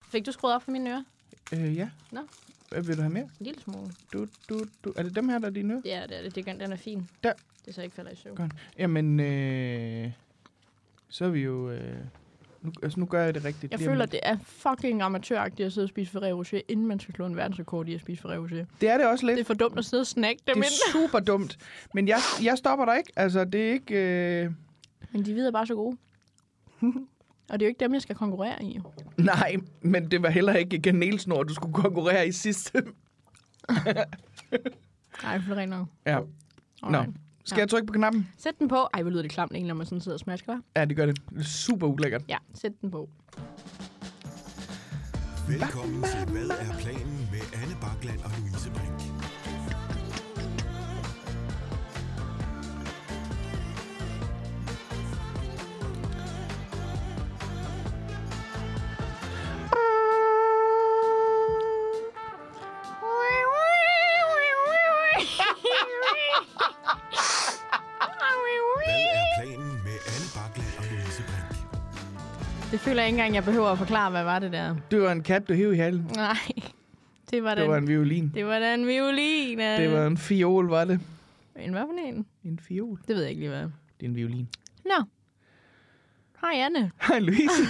Fik du skruet op for mine ører? Ja. Nå. Vil du have mere? En lille smule. Er det dem her, der er dine ører? Ja, det er den er fin. Der. Det så ikke falder i søvn. Godt. Jamen, så er vi jo... nu gør jeg det rigtigt. Jeg føler, det er fucking amatøragtigt at sidde og spise Ferrero Rocher, inden man skal slå en verdensrekord i at spise Ferrero Rocher. Det er det også lidt. Det er for dumt at sidde og snakke dem. Det er super dumt. Men jeg stopper dig ikke. Altså, det er ikke... Men de er bare så gode. Og det er jo ikke dem, jeg skal konkurrere i. Nej, men det var heller ikke kanelsnor, du skulle konkurrere i sidste. Nej, for rent nok. Ja. Nå. Skal jeg trykke på knappen? Sæt den på. Ej, hvor lyder det klamt, når man sådan sidder og smasker, hva'? Ja, det gør det. Det er super ulækkert. Ja, sæt den på. Velkommen til Hvad er planen med Anne Bakland og Louise Brink. Det føler jeg ikke engang, jeg behøver at forklare, hvad var det der. Det var en kat, du hævde i halen. Nej, det var en violin. Det var da en violin. Det var en fiol, var det? En hvad for en? En fiol. Det ved jeg ikke lige, hvad. Det er en violin. Nå. Hej, Anne. Hej, Louise.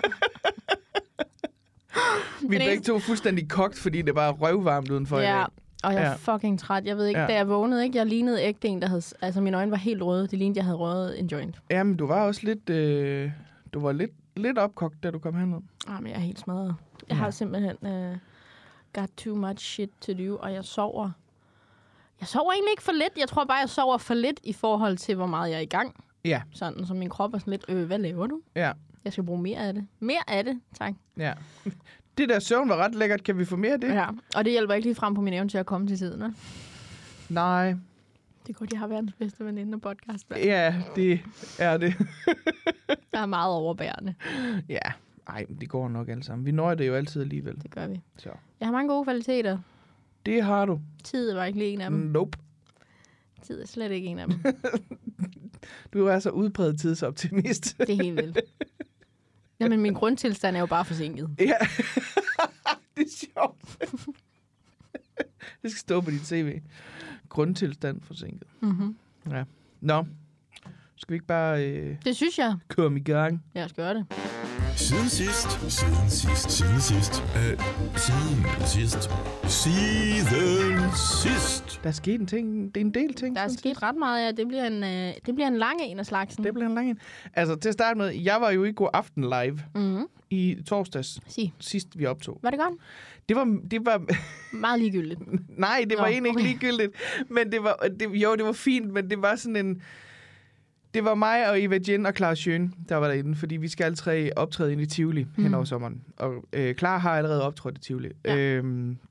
Vi er begge to fuldstændig kogt, fordi det var røvvarmt udenfor i dag. Og jeg er fucking træt. Jeg ved ikke, da jeg vågnede, ikke? Jeg lignede ægte en, der havde... Altså, mine øjne var helt røde. Det lignede, jeg havde røget en joint. Jamen, du var også lidt... Du var lidt opkogt, da du kom herned. Men jeg er helt smadret. Jeg har simpelthen got too much shit to do, og jeg sover. Jeg sover egentlig ikke for lidt. Jeg tror bare, jeg sover for lidt i forhold til, hvor meget jeg er i gang. Ja. Sådan, så min krop er sådan lidt, hvad laver du? Ja. Jeg skal bruge mere af det. Mere af det, tak. Ja. Det der søvn var ret lækkert. Kan vi få mere af det? Ja, og det hjælper ikke lige frem på min evne til at komme til tiden, ne? Nej. Det er godt, jeg har verdens bedste veninde og podcast. Ja, det er det. Der er meget overbærende. Ja, ej, det går nok alle sammen. Vi når det jo altid alligevel. Det gør vi. Så. Jeg har mange gode kvaliteter. Det har du. Tid var ikke lige en af dem. Nope. Tid er slet ikke en af dem. Du er så udpræget tidsoptimist. Det er helt vildt. Jamen, min grundtilstand er jo bare forsinket. Ja, det er sjovt. Det skal stå på dit CV. Grundtilstand forsinket. Mm-hmm. Ja. Nå, skal vi ikke bare det synes jeg. Komme i gang? Lad os gøre det. Siden sidst. Der er sket en ting. Det er en del ting. Der er sket ret meget, ja. Det bliver en lang en af slagsen. Det bliver en lang en. Altså, til at starte med, jeg var jo i God Aften live i torsdags, sidst vi optog. Var det godt? Det var meget ligegyldigt. Nej, det var egentlig ikke ligegyldigt. Men det var fint, men det var sådan en... Det var mig og Eva Jen og Clara Schøn, der var derinde, fordi vi skal alle tre optræde ind i Tivoli hen over sommeren. Og Clara har allerede optrådt i Tivoli. Ja.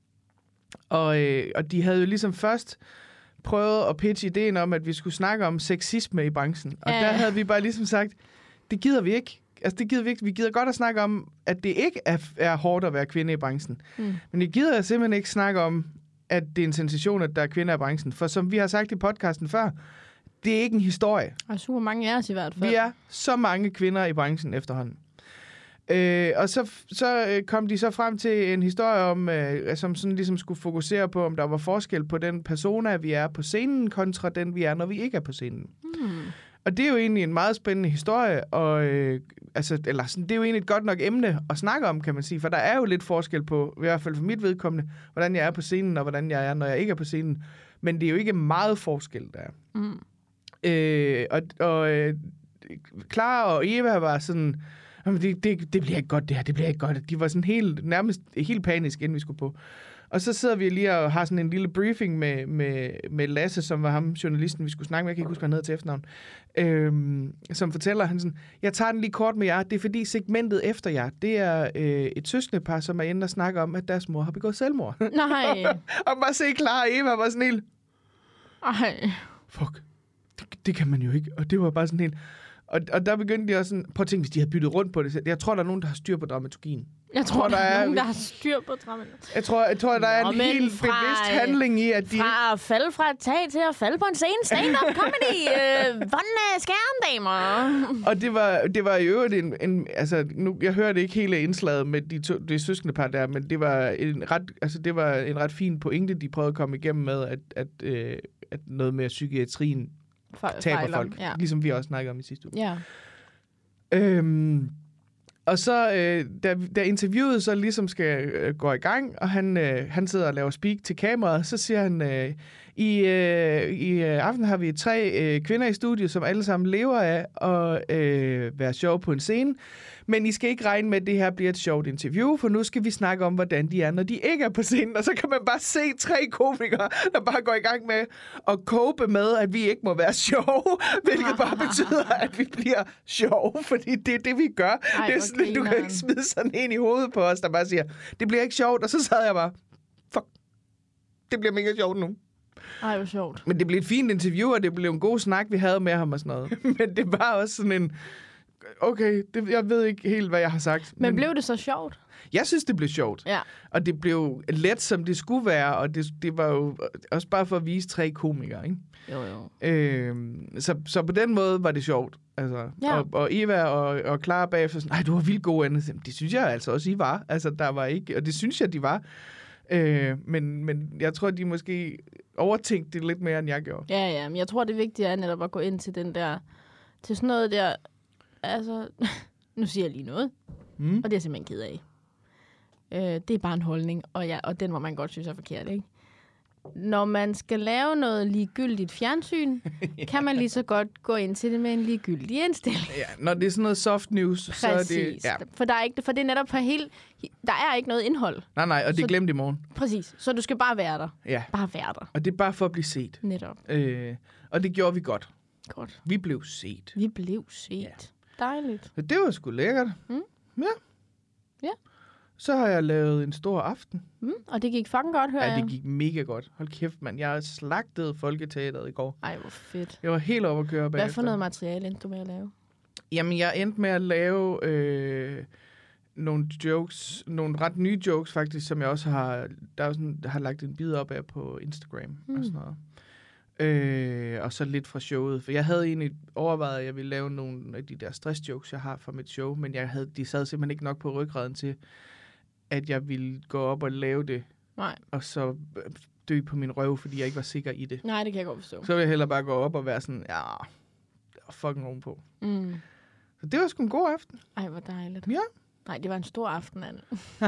Og de havde jo ligesom først prøvet at pitche ideen om, at vi skulle snakke om sexisme i branchen. Og der havde vi bare ligesom sagt, det gider vi ikke. Altså, det gider vi ikke. Vi gider godt at snakke om, at det ikke er hårdt at være kvinde i branchen. Men det gider jeg simpelthen ikke snakke om, at det er en sensation, at der er kvinder i branchen. For som vi har sagt i podcasten før, det er ikke en historie. Og super mange af os i hvert fald. Vi er så mange kvinder i branchen efterhånden. Og så kom de så frem til en historie om, som sådan ligesom skulle fokusere på, om der var forskel på den persona, vi er på scenen, kontra den, vi er, når vi ikke er på scenen. Og det er jo egentlig en meget spændende historie, og det er jo egentlig et godt nok emne at snakke om, kan man sige, for der er jo lidt forskel på, i hvert fald for mit vedkommende, hvordan jeg er på scenen, og hvordan jeg er, når jeg ikke er på scenen. Men det er jo ikke meget forskel, der er. Clara og Eva var sådan, det bliver ikke godt det her, det bliver ikke godt. De var sådan nærmest helt panisk, inden vi skulle på. Og så sidder vi lige og har sådan en lille briefing med Lasse, som var ham, journalisten, vi skulle snakke med. Jeg kan ikke huske, hvad han hedder til efternavn. Som fortæller, han sådan, jeg tager den lige kort med jer. Det er fordi segmentet efter jer, det er et søskendepar, som er inde og snakker om, at deres mor har begået selvmord. Nej. Og bare se Clara og Eva var sådan helt... Ej. Fuck. Det kan man jo ikke. Og det var bare sådan helt... Og der begyndte de også sådan, prøv at tænke, hvis de havde byttet rundt på det. Jeg tror, der er nogen, der har styr på dramaturgien. Jeg tror, der er nogen, der har styr på dramaturgien. Jeg tror, der er en helt bevidst handling i, at de... Fra at falde fra et tag til at falde på en scene. Stand-up comedy. Våndende skærmdamer. Og det var i øvrigt altså, nu, jeg hørte ikke hele indslaget med de søskende par der, men det var en ret fin pointe, de prøvede at komme igennem med, at noget med psykiatrien taber folk. Ja. Ligesom vi også snakkede om i sidste uge. Ja. Og så, da interviewet så ligesom skal gå i gang, og han sidder og laver speak til kameraet, så siger han, i aften har vi 3 kvinder i studiet, som alle sammen lever af at være sjove på en scene. Men I skal ikke regne med, at det her bliver et sjovt interview, for nu skal vi snakke om, hvordan de er, når de ikke er på scenen. Og så kan man bare se 3 komikere, der bare går i gang med at cope med, at vi ikke må være sjove, hvilket bare betyder, at vi bliver sjove, fordi det er det, vi gør. Ej, det er sådan, du kan ikke smide sådan en i hovedet på os, der bare siger, det bliver ikke sjovt. Og så sad jeg bare, fuck, det bliver mega sjovt nu. Ej, hvor sjovt. Men det blev et fint interview, og det blev en god snak, vi havde med ham og sådan noget. Men det var også sådan en... Okay, jeg ved ikke helt, hvad jeg har sagt. Men blev det så sjovt? Jeg synes, det blev sjovt. Ja. Og det blev let, som det skulle være, og det var jo også bare for at vise 3 komikere, ikke? Jo. Så på den måde var det sjovt. Altså, ja. Og Eva og Clara bagefter sådan, du var vildt god, Anne. Det synes jeg altså også, I var. Altså, der var ikke... Og det synes jeg, de var. Men jeg tror, de måske overtænkte det lidt mere, end jeg gjorde. Ja, men jeg tror, det vigtige er netop at gå ind til den der... Til sådan noget der... Altså, nu siger jeg lige noget, og det er jeg simpelthen ked af. Det er bare en holdning, og den må man godt synes er forkert, ikke? Når man skal lave noget ligegyldigt fjernsyn, kan man lige så godt gå ind til det med en ligegyldig indstilling. Ja, når det er sådan noget soft news, præcis. Så er det... Ja. For det er netop for der er ikke noget indhold. Nej, og det er glemt i morgen. Præcis, så du skal bare være der. Ja. Bare være der. Og det er bare for at blive set. Netop. Og det gjorde vi godt. Godt. Vi blev set. Ja. Dejligt. Så det var sgu lækkert. Ja. Så har jeg lavet en stor aften. Og det gik fucking godt, hører jeg. Ja, det gik mega godt. Hold kæft, mand. Jeg slagtede Folketeateret i går. Ej, hvor fedt. Jeg var helt oppe at køre bagefter. Hvad for noget materiale endte du med at lave? Jamen, jeg endte med at lave nogle jokes, nogle ret nye jokes faktisk, som jeg også har lagt en bid op af på Instagram og sådan noget. Og så lidt fra showet. For jeg havde egentlig overvejet, at jeg ville lave nogle af de der stressjokes, jeg har fra mit show, men de sad simpelthen ikke nok på ryggraden til, at jeg ville gå op og lave det. Nej. Og så dø på min røv, fordi jeg ikke var sikker i det. Nej, det kan jeg godt forstå. Så ville jeg hellere bare gå op og være sådan, fucking ovenpå. Så det var sgu en god aften. Ej, hvor dejligt. Ja. Nej, det var en stor aften, Anne.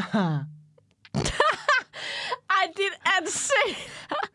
Ej, dit ansigt!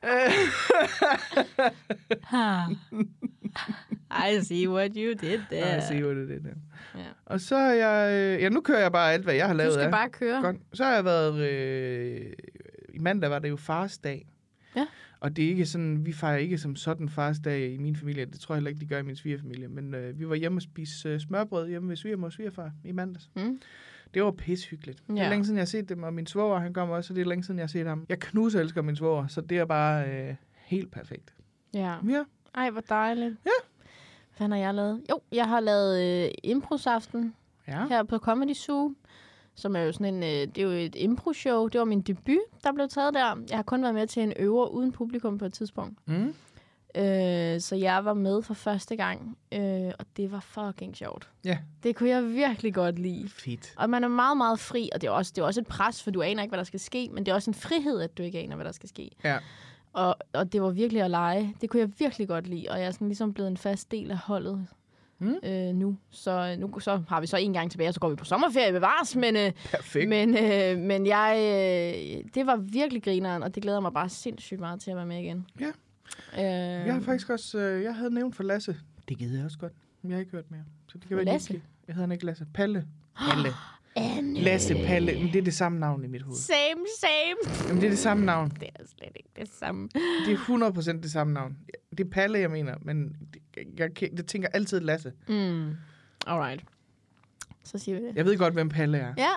I see what you did there. I see what you did there. Ja. Og så er jeg... nu kører jeg bare alt, hvad jeg har lavet. Du skal bare køre. Godt. Så har jeg været... I mandag var det jo fars dag. Ja. Og det er ikke sådan... Vi fejrer ikke som sådan fars dag i min familie. Det tror jeg heller ikke, de gør i min svigerfamilie. Men vi var hjemme og spise smørbrød hjemme ved svigermor og svigerfar i mandags. Det var pishyggeligt. Ja. Det er længe siden, jeg har set dem, og min svoger, han kommer også, og det er længe siden, jeg har set ham. Jeg elsker min svoger, så det er bare helt perfekt. Ja. Ja. Ej, hvor dejligt. Ja. Hvad har jeg lavet? Jo, jeg har lavet improsaften her på Comedy Zoo, som er jo sådan det er jo et impro-show. Det var min debut, der blev taget der. Jeg har kun været med til en øver uden publikum på et tidspunkt. Så jeg var med for første gang, og det var fucking sjovt. Ja. Det kunne jeg virkelig godt lide. Fedt. Og man er meget, meget fri, og det er også et pres, for du aner ikke, hvad der skal ske, men det er også en frihed, at du ikke aner, hvad der skal ske. Ja. Og det var virkelig at lege. Det kunne jeg virkelig godt lide, og jeg er sådan ligesom blevet en fast del af holdet nu. Så nu har vi så en gang tilbage, og så går vi på sommerferie bevares, perfekt. Men det var virkelig grineren, og det glæder mig bare sindssygt meget til at være med igen. Ja. Jeg har faktisk også, jeg havde nævnt for Lasse. Det gider jeg også godt, men jeg har ikke hørt mere. Så det kan være Lasse? Jeg hedder ikke Lasse. Palle. Lasse Palle. Men det er det samme navn i mit hoved. Same. Jamen, det er det samme navn. Det er slet ikke det samme. Det er 100% det samme navn. Det er Palle, jeg mener, men jeg tænker altid Lasse. Alright. Så siger vi det. Jeg ved godt, hvem Palle er. Ja.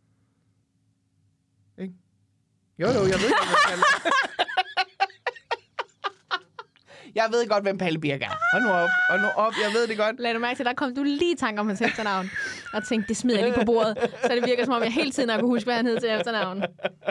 Ikke? Jo, jeg ved godt, hvem Palle er. Jeg ved godt, hvem Palle Birk er. Hold nu op, jeg ved det godt. Lad du mærke til, der kom du lige i tanke om hans efternavn. Og tænkte, det smider jeg lige på bordet. Så det virker som om, jeg hele tiden har kunne huske, hvad han hed til efternavn.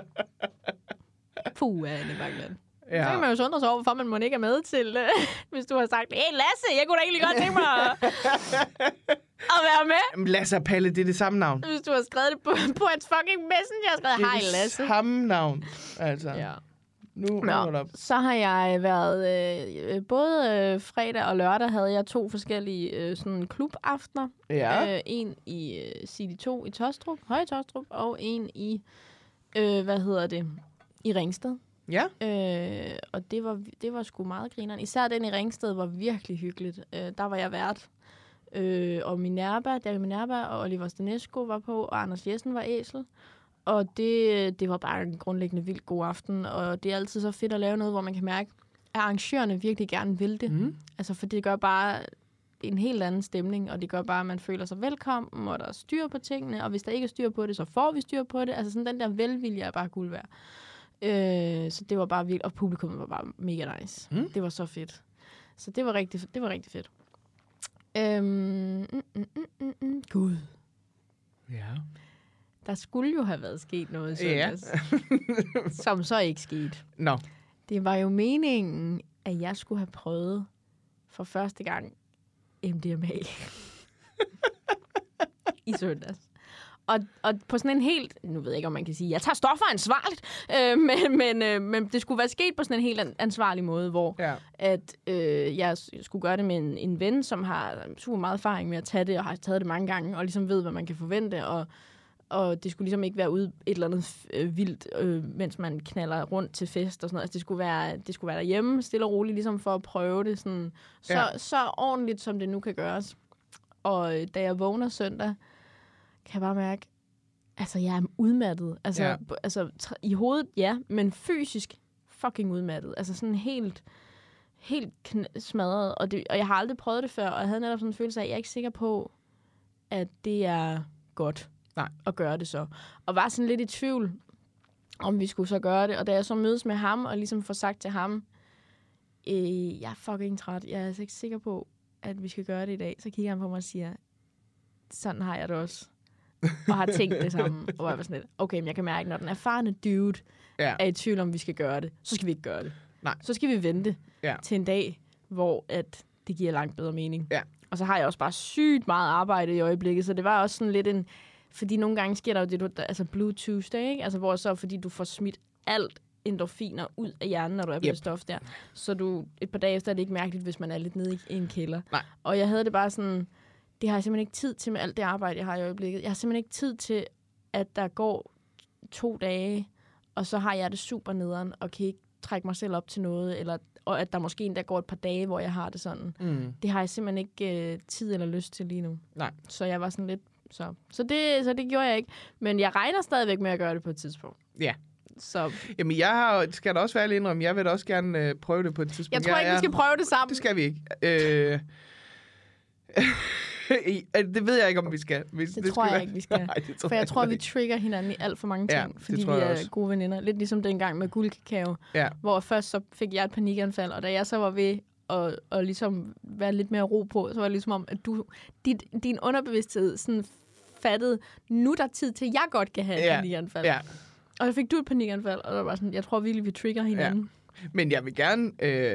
Puh, Anne Bakland. Ja. Så kan man jo undre sig over, hvorfor man må ikke er med til, hvis du har sagt, hey Lasse, jeg kunne da egentlig godt tænke mig at være med. Jamen, Lasse og Palle, det er det samme navn. Hvis du har skrevet det på et fucking messenger, og skrevet, hej Lasse. Det er det samme navn, altså. Ja. Nu op. Så har jeg været, både fredag og lørdag havde jeg 2 forskellige sådan klubaftener. Ja. En i CD2 i Tostrup, Høje Tostrup, og en i, i Ringsted. Ja. Og det var sgu meget grineren. Især den i Ringsted var virkelig hyggeligt. Der var jeg vært. Og Minerva og Oliver Stanesco var på, og Anders Jessen var æsel. Og det var bare en grundlæggende vildt god aften. Og det er altid så fedt at lave noget, hvor man kan mærke, at arrangørerne virkelig gerne vil det. Mm. Altså, for det gør bare en helt anden stemning, og det gør bare, at man føler sig velkommen, og der er styr på tingene. Og hvis der ikke er styr på det, så får vi styr på det. Altså, sådan den der velvilje er bare guld værd. Så det var bare vildt, og publikum var bare mega nice. Mm. Det var så fedt. Så det var rigtig fedt. Gud. Ja. Der skulle jo have været sket noget i søndags, som så ikke skete. No. Det var jo meningen, at jeg skulle have prøvet for første gang MDMA i søndags. Og på sådan en helt, nu ved jeg ikke, om man kan sige, jeg tager stoffer ansvarligt, men det skulle være sket på sådan en helt ansvarlig måde, hvor at jeg skulle gøre det med en ven, som har super meget erfaring med at tage det, og har taget det mange gange, og ligesom ved, hvad man kan forvente, og det skulle ligesom ikke være ude et eller andet vildt, mens man knaller rundt til fest og sådan noget. Altså, det skulle være derhjemme, stille og roligt, ligesom for at prøve det sådan, så ordentligt, som det nu kan gøres. Og da jeg vågner søndag, kan jeg bare mærke, altså jeg er udmattet. Altså i hovedet, ja, men fysisk fucking udmattet. Altså sådan helt smadret. Og jeg har aldrig prøvet det før, og jeg havde netop sådan en følelse af, at jeg er ikke sikker på, at det er godt at gøre det så. Og var sådan lidt i tvivl, om vi skulle så gøre det. Og da jeg så mødes med ham, og ligesom får sagt til ham, jeg er fucking træt. Jeg er altså ikke sikker på, at vi skal gøre det i dag. Så kigger han på mig og siger, sådan har jeg det også. Og har tænkt det samme. Og jeg var sådan lidt, okay, men jeg kan mærke, når den erfarne dude er i tvivl om, vi skal gøre det, så skal vi ikke gøre det. Nej. Så skal vi vente til en dag, hvor at det giver langt bedre mening. Ja. Og så har jeg også bare sygt meget arbejde i øjeblikket, så det var også sådan lidt en... Fordi nogle gange sker der jo det, altså Blue Tuesday, ikke? Altså hvor så, fordi du får smidt alt endorfiner ud af hjernen, når du er på det stof der. Så du et par dage efter er det ikke mærkeligt, hvis man er lidt nede i en kælder. Nej. Og jeg havde det bare sådan... Det har jeg simpelthen ikke tid til med alt det arbejde, jeg har i øjeblikket. Jeg har simpelthen ikke tid til, at der går 2 dage, og så har jeg det super nederen, og kan ikke trække mig selv op til noget, og at der måske endda går et par dage, hvor jeg har det sådan. Mm. Det har jeg simpelthen ikke tid eller lyst til lige nu. Nej. Så jeg var sådan lidt... Så det gjorde jeg ikke. Men jeg regner stadigvæk med at gøre det på et tidspunkt. Ja. Så. Jamen, skal da også være lidt indrømme, jeg vil da også gerne prøve det på et tidspunkt. Jeg tror ikke, vi skal prøve det sammen. Det skal vi ikke. Det ved jeg ikke, om vi skal. Det tror jeg ikke, vi skal. Nej, for jeg tror, vi trigger hinanden i alt for mange ting, fordi vi er gode veninder. Lidt ligesom dengang med guldkakao, hvor først så fik jeg et panikanfald, og da jeg så var ved at ligesom være lidt mere ro på, så var det ligesom om, at din underbevidsthed sådan fattede, nu er der tid til, at jeg godt kan have et panikanfald. Ja. Og så fik du et panikanfald, og der var sådan, jeg tror virkelig, vi trigger hinanden. Ja. Men jeg vil gerne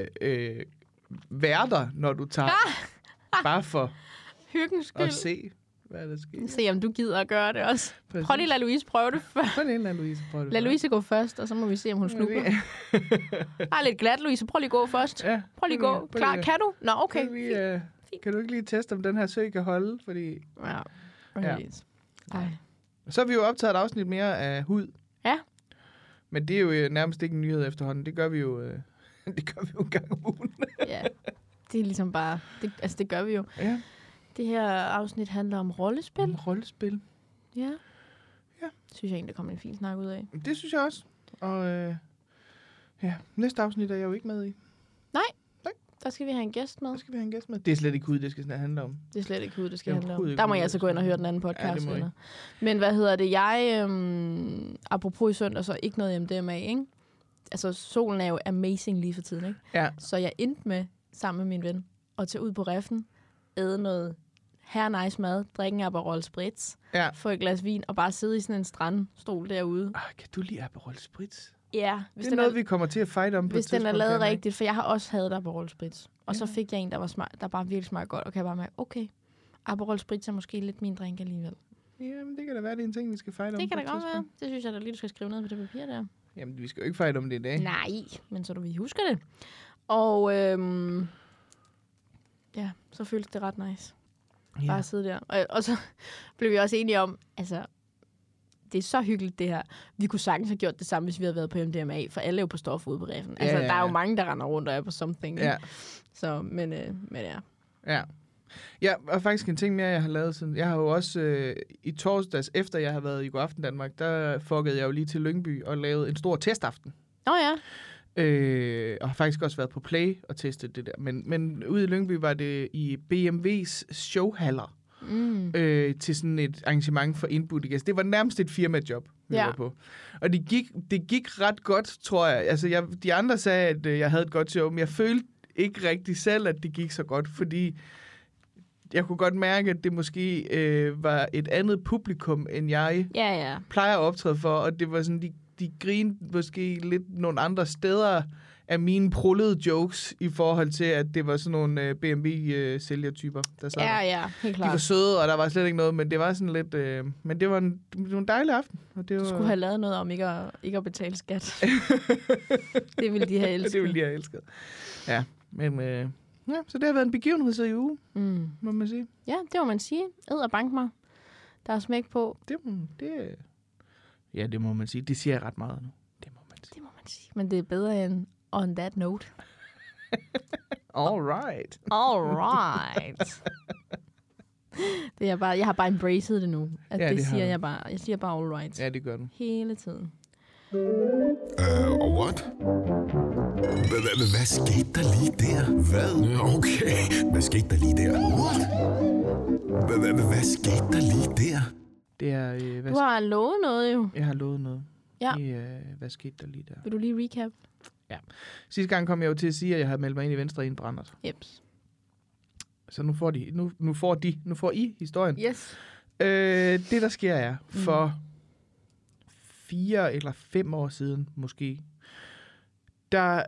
være der, når du tager bare for hyggens skyld. Og se, hvad der sker. Se, om du gider at gøre det også. Præcis. Prøv lige at lade Louise prøve det før. Prøv lige at lade Louise prøve det. Lad Louise gå først, og så må vi se, om hun snubler. Lidt glat, Louise. Prøv lige at gå først. Ja, prøv lige at gå. Klar, kan du? Nå, okay. Kan du ikke lige teste, om den her sø kan holde? Fordi... Ja, præcis. Ja. Så har vi jo optaget et afsnit mere af hud. Ja. Men det er jo nærmest ikke en nyhed efterhånden. Det gør vi jo, en gang om ugen. Ja, det er ligesom bare... Det gør vi jo. Ja. Det her afsnit handler om rollespil. Om rollespil. Ja. Ja. Synes jeg egentlig, der kommer en fin snak ud af. Det synes jeg også. Og næste afsnit er jeg jo ikke med i. Nej. Der skal vi have en gæst med. Det er slet ikke hud, det skal handle om. Det er slet ikke hud, det skal handle om. Der må jeg altså gå ind og høre den anden podcast. Ja, men hvad hedder det? Jeg, apropos i søndag, så ikke noget MDMA, ikke? altså solen er jo amazing lige for tiden, ikke? Ja. Så jeg endte med, sammen med min ven, at tage ud på Reffen, æde noget nice mad, drikke en Aperol Spritz, få et glas vin, og bare sidde i sådan en strandstol derude. Kan du lide Aperol Spritz? Ja. Det er noget, vi kommer til at fight om på hvis et tidspunkt. Hvis den er lavet rigtigt, for jeg har også hadet Aperol Spritz. Og så fik jeg en, der bare virkelig smagte godt, og kan jeg bare mærke, okay, Aperol Spritz er måske lidt min drink alligevel. Jamen, det kan da være, det er en ting, vi skal fight om. Det kan da godt være. Det synes jeg da lige, du skal skrive ned på det papir der. Jamen, vi skal jo ikke fight om det i dag. Nej, men så du vi husker det. Og så føltes det ret nice. Bare at sidde der. Og så blev vi også enige om, altså, det er så hyggeligt det her. Vi kunne sagtens have gjort det samme, hvis vi havde været på MDMA, for alle er jo på stof ude på Reffen. Altså, der er jo mange, der render rundt og er på something. Ja. Så, men ja. Ja. Ja, og faktisk en ting mere, jeg har lavet siden. Jeg har jo også i torsdags, efter jeg har været i God Aften Danmark, der fuckede jeg jo lige til Lyngby og lavede en stor testaften. Ja. Og har faktisk også været på Play og testet det der. Men ude i Lyngby var det i BMW's showhaller. Til sådan et arrangement for indbudte gæster. Det var nærmest et firmajob, vi var på. Og det gik ret godt, tror jeg. Altså, de andre sagde, at jeg havde et godt show, men jeg følte ikke rigtig selv, at det gik så godt, fordi jeg kunne godt mærke, at det måske var et andet publikum, end jeg plejer at optræde for, og det var sådan, de grinede måske lidt nogle andre steder af mine prullede jokes i forhold til, at det var sådan nogle BMW-sælgertyper, der sad der. Ja, helt klart. De var søde, og der var slet ikke noget, men det var sådan lidt... men det var en dejlig aften. Og det var... Du skulle have lavet noget om ikke at betale skat. Det ville de have elsket. Det ville de have elsket. Ja, men... så det har været en begivenhed i uge, må man sige. Ja, det må man sige. Ed og bank mig. Der er smæk på. Ja, det må man sige. Det siger jeg ret meget nu. Det må man sige. Men det er bedre end on that note. All right. Det er bare, jeg har bare embraced det nu. At ja, det siger jeg bare. Jeg siger bare all right. Ja, det gør du. Hele tiden. What? Hvad skete der lige der? Hvad? Okay. Hvad skete der lige der? What? Hvad skete der lige der? Det er... Du har lovet noget jo. Jeg har lovet noget. Ja. Hvad skete der lige der? Vil du lige recap? Ja. Sidste gang kom jeg jo til at sige, at jeg havde meldt mig ind i Venstre i en brændert. Jeps. Så nu får I historien. Yes. Det, der sker er, for 4 eller 5 år siden måske, der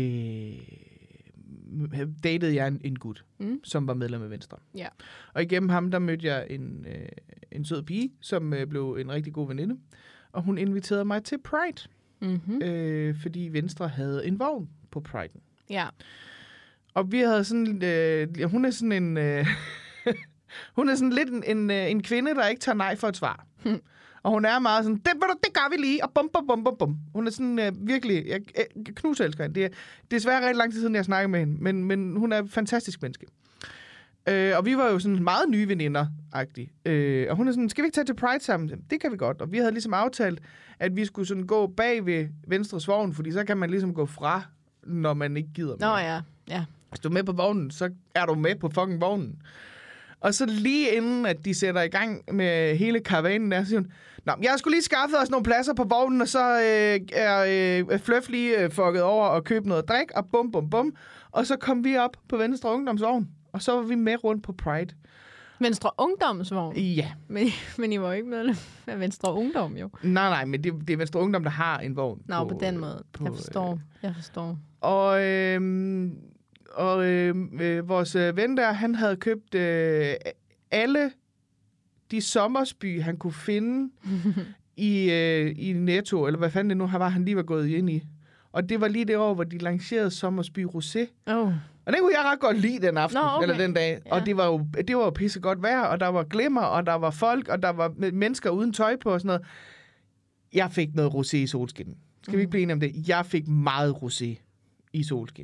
datede jeg en gut, som var medlem af Venstre. Ja. Og igennem ham, der mødte jeg en sød pige, som blev en rigtig god veninde. Og hun inviterede mig til Pride. Fordi Venstre havde en vogn på Pride'en. Ja. Og vi havde sådan... hun er sådan en... hun er sådan lidt en kvinde, der ikke tager nej for et svar. Og hun er meget sådan, det gør vi lige, og bum. Hun er sådan virkelig... Jeg knuselsker hende. Det er desværre rigtig lang tid siden, jeg snakkede med hende. Men hun er et fantastisk menneske. Og vi var jo sådan meget nye veninder-agtige. Og hun er sådan, skal vi ikke tage til Pride sammen? Det kan vi godt. Og vi havde ligesom aftalt, at vi skulle sådan gå bag ved Venstres vogn, fordi så kan man ligesom gå fra, når man ikke gider mere. Nå ja. Hvis du er med på vognen, så er du med på fucking vognen. Og så lige inden, at de sætter i gang med hele karavanen der, så siger hun, nå, jeg har sgu lige skaffet os nogle pladser på vognen, og så er Fløf lige fucket over og købt noget drik, og bum. Og så kom vi op på Venstre Ungdomsvogn, og så var vi med rundt på Pride. Venstre Ungdomsvogn? Ja. Men I var jo ikke med af Venstre Ungdom, jo. Nej, men det er Venstre Ungdom, der har en vogn. Nå, på den måde. Jeg forstår. Og vores ven der, han havde købt alle de sommersby, han kunne finde i Netto, eller hvad fanden det nu var, han lige var gået ind i. Og det var lige det år, hvor de lancerede Sommersby Rosé. Og den kunne jeg ret godt lide den aften, eller den dag. Ja. Og det var jo pisse godt vejr, og der var glimmer, og der var folk, og der var mennesker uden tøj på og sådan noget. Jeg fik noget rosé i solskin. Skal vi ikke blive enige om det? Jeg fik meget rosé i solskin.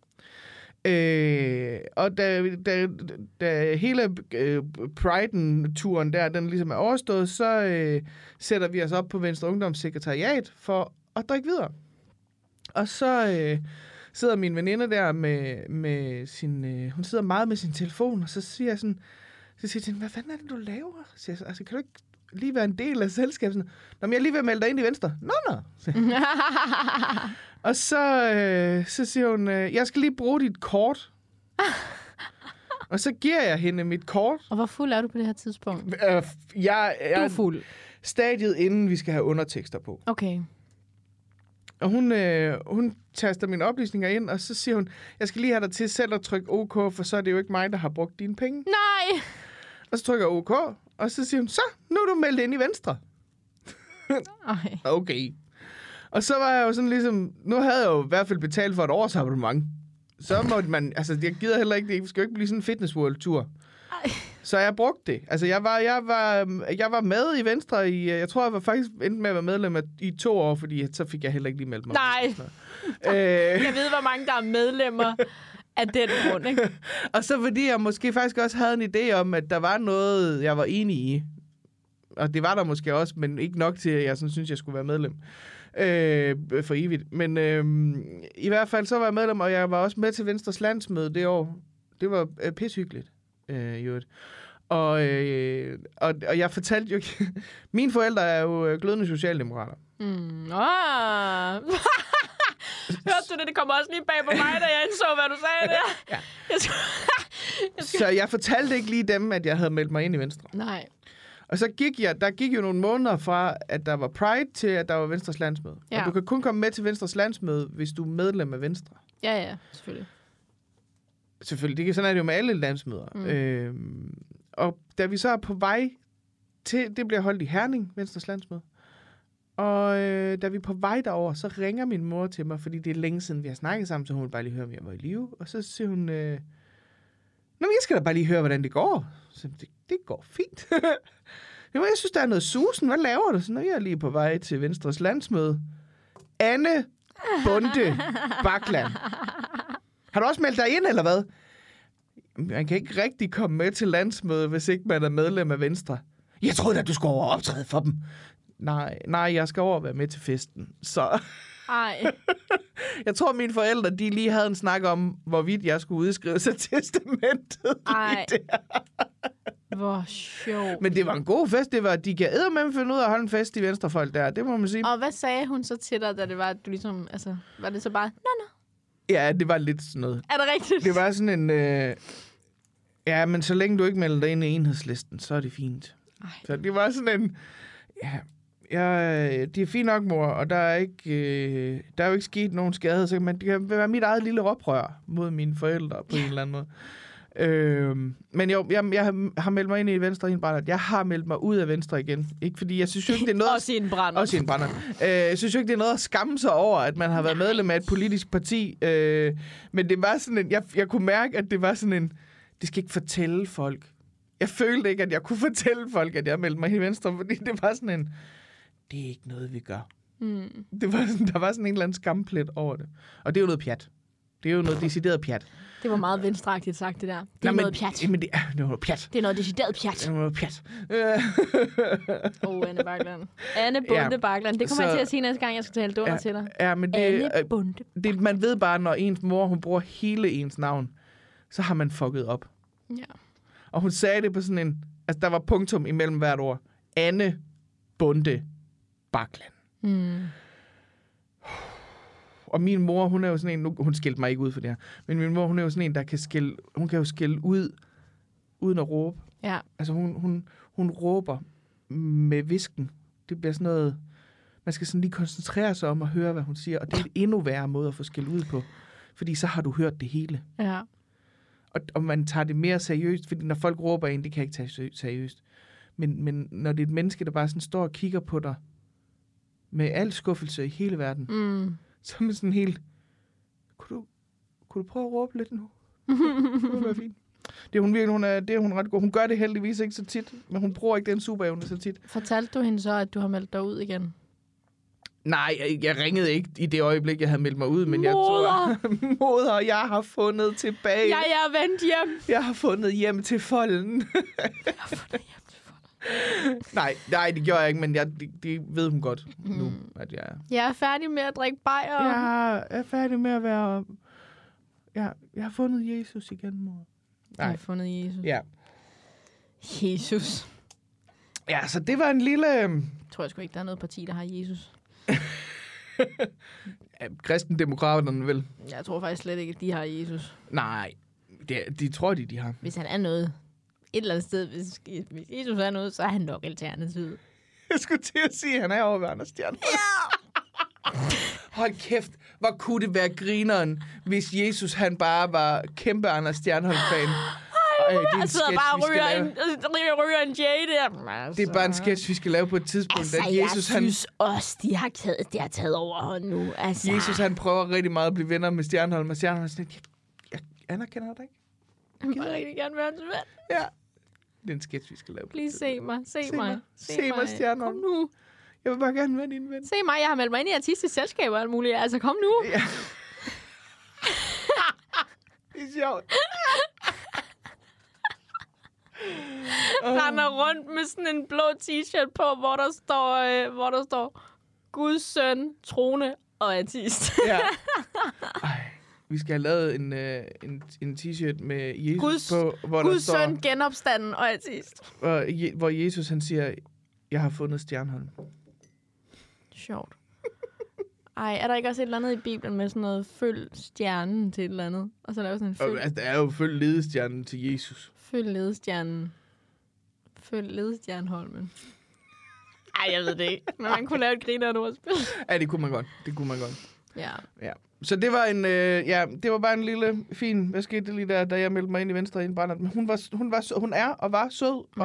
Og da hele Pride-turen der, den ligesom er overstået, så sætter vi os op på Venstre Ungdomssekretariat for at drikke videre. Og så sidder min veninde der med sin... hun sidder meget med sin telefon, og så siger jeg sådan... Så siger jeg til hende, hvad fanden er det, du laver? Så siger jeg, altså, kan du ikke lige være en del af selskabet? Nå, men jeg er lige ved at melde dig ind i Venstre. Nå. Og så siger hun, jeg skal lige bruge dit kort. Og så giver jeg hende mit kort. Og hvor fuld er du på det her tidspunkt? Jeg Du er fuld. Stadiet, inden vi skal have undertekster på. Okay. Og hun taster mine oplysninger ind, og så siger hun, jeg skal lige have dig til selv at trykke OK, for så er det jo ikke mig, der har brugt dine penge. Nej! Og så trykker jeg OK, og så siger hun, så, nu er du meldt ind i Venstre. Okay. Okay. Og så var jeg jo sådan ligesom, nu havde jeg jo i hvert fald betalt for et års abonnement. Så måtte man, altså jeg gider heller ikke, det skal jo ikke blive sådan en Fitness World-tur. Så jeg brugte det. Altså jeg var med i Venstre i, jeg tror jeg var faktisk endt med at være medlem i 2 år, fordi så fik jeg heller ikke lige meldt mig. Nej. Jeg ved, hvor mange der er medlemmer af den grund, ikke? Og så fordi jeg måske faktisk også havde en idé om, at der var noget, jeg var enig i. Og det var der måske også, men ikke nok til, at jeg sådan synes, jeg skulle være medlem. For evigt. Men i hvert fald så var jeg medlem, og jeg var også med til Venstres landsmøde det år. Det var pishyggeligt. Og jeg fortalte jo... Mine forældre er jo glødende socialdemokrater. Hørte du det? Det kom også lige bag på mig, da jeg indså, hvad du sagde der. Ja. Så jeg fortalte ikke lige dem, at jeg havde meldt mig ind i Venstre. Nej. Og så gik jo nogle måneder fra, at der var Pride, til at der var Venstres landsmøde. Ja. Og du kan kun komme med til Venstres landsmøde, hvis du er medlem af Venstre. Ja, selvfølgelig. Selvfølgelig. Sådan er det jo med alle landsmøder. Og da vi så er på vej til, det bliver holdt i Herning, Venstres landsmøde. Og da vi er på vej derover, så ringer min mor til mig, fordi det er længe siden, vi har snakket sammen, så hun vil bare lige høre, om jeg var i live. Og så siger hun, jeg skal da bare lige høre, hvordan det går. Så det går fint. Jeg synes, der er noget susen. Hvad laver du? Så jeg er lige på vej til Venstres landsmøde. Anne Bonde Bakland. Har du også meldt dig ind, eller hvad? Man kan ikke rigtig komme med til landsmøde, hvis ikke man er medlem af Venstre. Jeg troede at du skulle over optræde for dem. Nej, jeg skal over og være med til festen. Så... Ej. Jeg tror, mine forældre, de lige havde en snak om, hvorvidt jeg skulle udskrive sig testamentet. Ej. Hvor sjovt. Men det var en god fest. Det var, de kan eddermame finde ud af at holde en fest i Venstrefolk der. Det må man sige. Og hvad sagde hun så til dig, da det var, at du ligesom... Altså, var det så bare... Nå. Ja, det var lidt sådan noget. Er det rigtigt? Det var sådan en... Ja, men så længe du ikke melder dig ind i enhedslisten, så er det fint. Ej. Så det var sådan en... Ja, det er fint nok, mor, og der er jo ikke sket nogen skade, så det kan være mit eget lille oprør mod mine forældre på en eller anden måde. Men jo, jeg har meldt mig ind i Venstre i en brænder. Jeg har meldt mig ud af Venstre igen. Ikke fordi jeg synes jo ikke, det er noget... Også i en brænder. Også i en brænder. Jeg synes jo ikke, det er noget at skamme sig over, at man har været medlem af et politisk parti. Men det var sådan en... Jeg kunne mærke, at det var sådan en... Det skal ikke fortælle folk. Jeg følte ikke, at jeg kunne fortælle folk, at jeg meldte mig ind i Venstre, fordi det var sådan en... Det er ikke noget, vi gør. Det var sådan, der var sådan en eller anden skamplet over det. Og det er jo noget pjat. Det er jo noget decideret pjat. Det var meget venstreagtigt sagt, det der. Det er noget pjat. Jamen, det er noget pjat. Det er noget decideret pjat. Det er noget pjat. Anne Bakland. Anne Bonde Bakland. Det kommer jeg til at sige næste gang, jeg skal tale dunder til dig. Ja, men Anne Bonde. Man ved bare, når ens mor, hun bruger hele ens navn, så har man fucket op. Ja. Og hun sagde det på sådan en... Altså, der var punktum imellem hvert ord. Anne Bonde Bakland. Og min mor, hun er jo sådan en... Nu, hun skældte mig ikke ud for det her. Men min mor, hun er jo sådan en, der kan skælde... Hun kan jo skælde ud, uden at råbe. Ja. Altså, hun råber med visken. Det bliver sådan noget... Man skal sådan lige koncentrere sig om at høre, hvad hun siger. Og det er en endnu værre måde at få skældt ud på. Fordi så har du hørt det hele. Ja. Og man tager det mere seriøst. Fordi når folk råber ind, det kan ikke tage seriøst. Men når det er et menneske, der bare sådan står og kigger på dig, med al skuffelse i hele verden, så er man sådan helt... Kunne du prøve at råbe lidt nu? Det kunne være fint. Det er hun virkelig, det er hun ret god. Hun gør det heldigvis ikke så tit, men hun bruger ikke den superevne så tit. Fortalte du hende så, at du har meldt dig ud igen? Nej, jeg ringede ikke i det øjeblik, jeg havde meldt mig ud, men jeg tror... Moder, jeg har fundet tilbage. Jeg er vendt hjem. Jeg har fundet hjem til folden. Nej, det gjorde jeg ikke, men det ved hun godt nu, at jeg er. Jeg er færdig med at drikke bajer. Jeg er færdig med at være... Jeg har fundet Jesus igen, mor. Jeg har fundet Jesus. Ja. Jesus. Ja, så det var en lille... Jeg tror sgu ikke, der er noget parti, der har Jesus. Kristendemokraterne vel? Jeg tror faktisk slet ikke, at de har Jesus. Nej, de tror de har. Hvis han er noget et eller andet sted, hvis Jesus er noget, så er han nok alternativet. Jeg skulle til at sige, at han er over ved Anders Stjernholm. Ja! Hold kæft, hvor kunne det være grineren, hvis Jesus han bare var kæmpe Anders Stjernholm-fan. Jeg sidder bare og ryger en J der. Altså. Det er bare en sketch, vi skal lave på et tidspunkt. Altså, at Jesus, jeg synes også, de har taget overhånd nu. Altså. Jesus, han prøver rigtig meget at blive venner med Stjernholm, og Stjernholm er sådan, jeg anerkender dig ikke. Jeg vil rigtig gerne være hans ven. Ja. Det er en sketch, vi skal lave. Please se mig. Se mig, Stjernholm. Kom nu. Jeg vil bare gerne være din ven. Se mig, jeg har meldt mig ind i artistisk selskab og alt muligt. Altså, kom nu. Ja. Det er sjovt. Render rundt med sådan en blå t-shirt på, hvor der står Guds søn, trone og artist. Ja. Ej, vi skal have lavet en t-shirt med Jesus på, hvor Guds der står... søn, genopstanden og artist. Hvor Jesus han siger, jeg har fundet Stjernholm. Sjovt. Ej, er der ikke også et eller andet i Bibelen med sådan noget, følg stjernen til et eller andet? Og så laver sådan en følg... Altså, der er jo følg ledestjernen til Jesus. Følg ledestjernen. Følg ledestjernholmen. Ej, jeg ved det ikke. Men man kunne lave et griner ordspil. Ja, det kunne man godt. Ja. Så det var det var bare en lille fin... Hvad skete det lige der, da jeg meldte mig ind i Venstre inden Barnard? Men hun er og var sød, og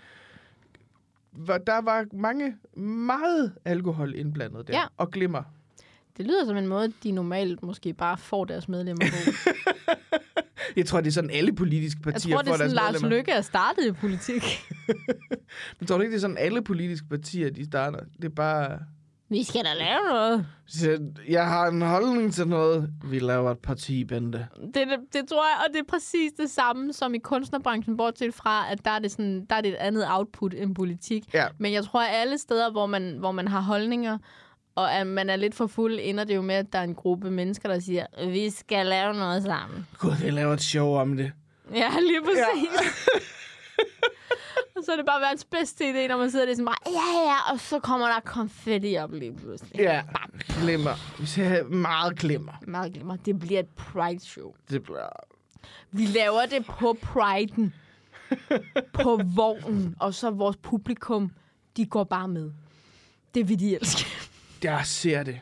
der var meget alkohol indblandet der, og glimmer. Det lyder som en måde, de normalt måske bare får deres medlemmer på. Jeg tror, det er sådan, alle politiske partier får deres medlemmer. Jeg tror, det er sådan, Lars Løkke er startet i politik. Men tror du ikke, det er sådan, alle politiske partier, de starter? Det er bare... Vi skal da lave noget. Jeg har en holdning til noget. Vi laver et parti, Bente. Det tror jeg, og det er præcis det samme som i kunstnerbranchen, bortset fra, at der er det et andet output end politik. Ja. Men jeg tror, at alle steder, hvor man har holdninger, og at man er lidt for fuld, ender det jo med, at der er en gruppe mennesker, der siger, vi skal lave noget sammen. Gud, vi laver et show om det. Ja, lige præcis. Ja. Og så er det bare verdens bedste idé, når man sidder der sådan bare, ja, og så kommer der konfetti op lige pludselig. Ja, glimmer. Vi skal have meget glimmer. Meget glimmer. Det bliver et Pride-show. Det bliver... Vi laver det på Pride'en. På vognen. Og så vores publikum, de går bare med. Det vil de elske. Jeg ser det.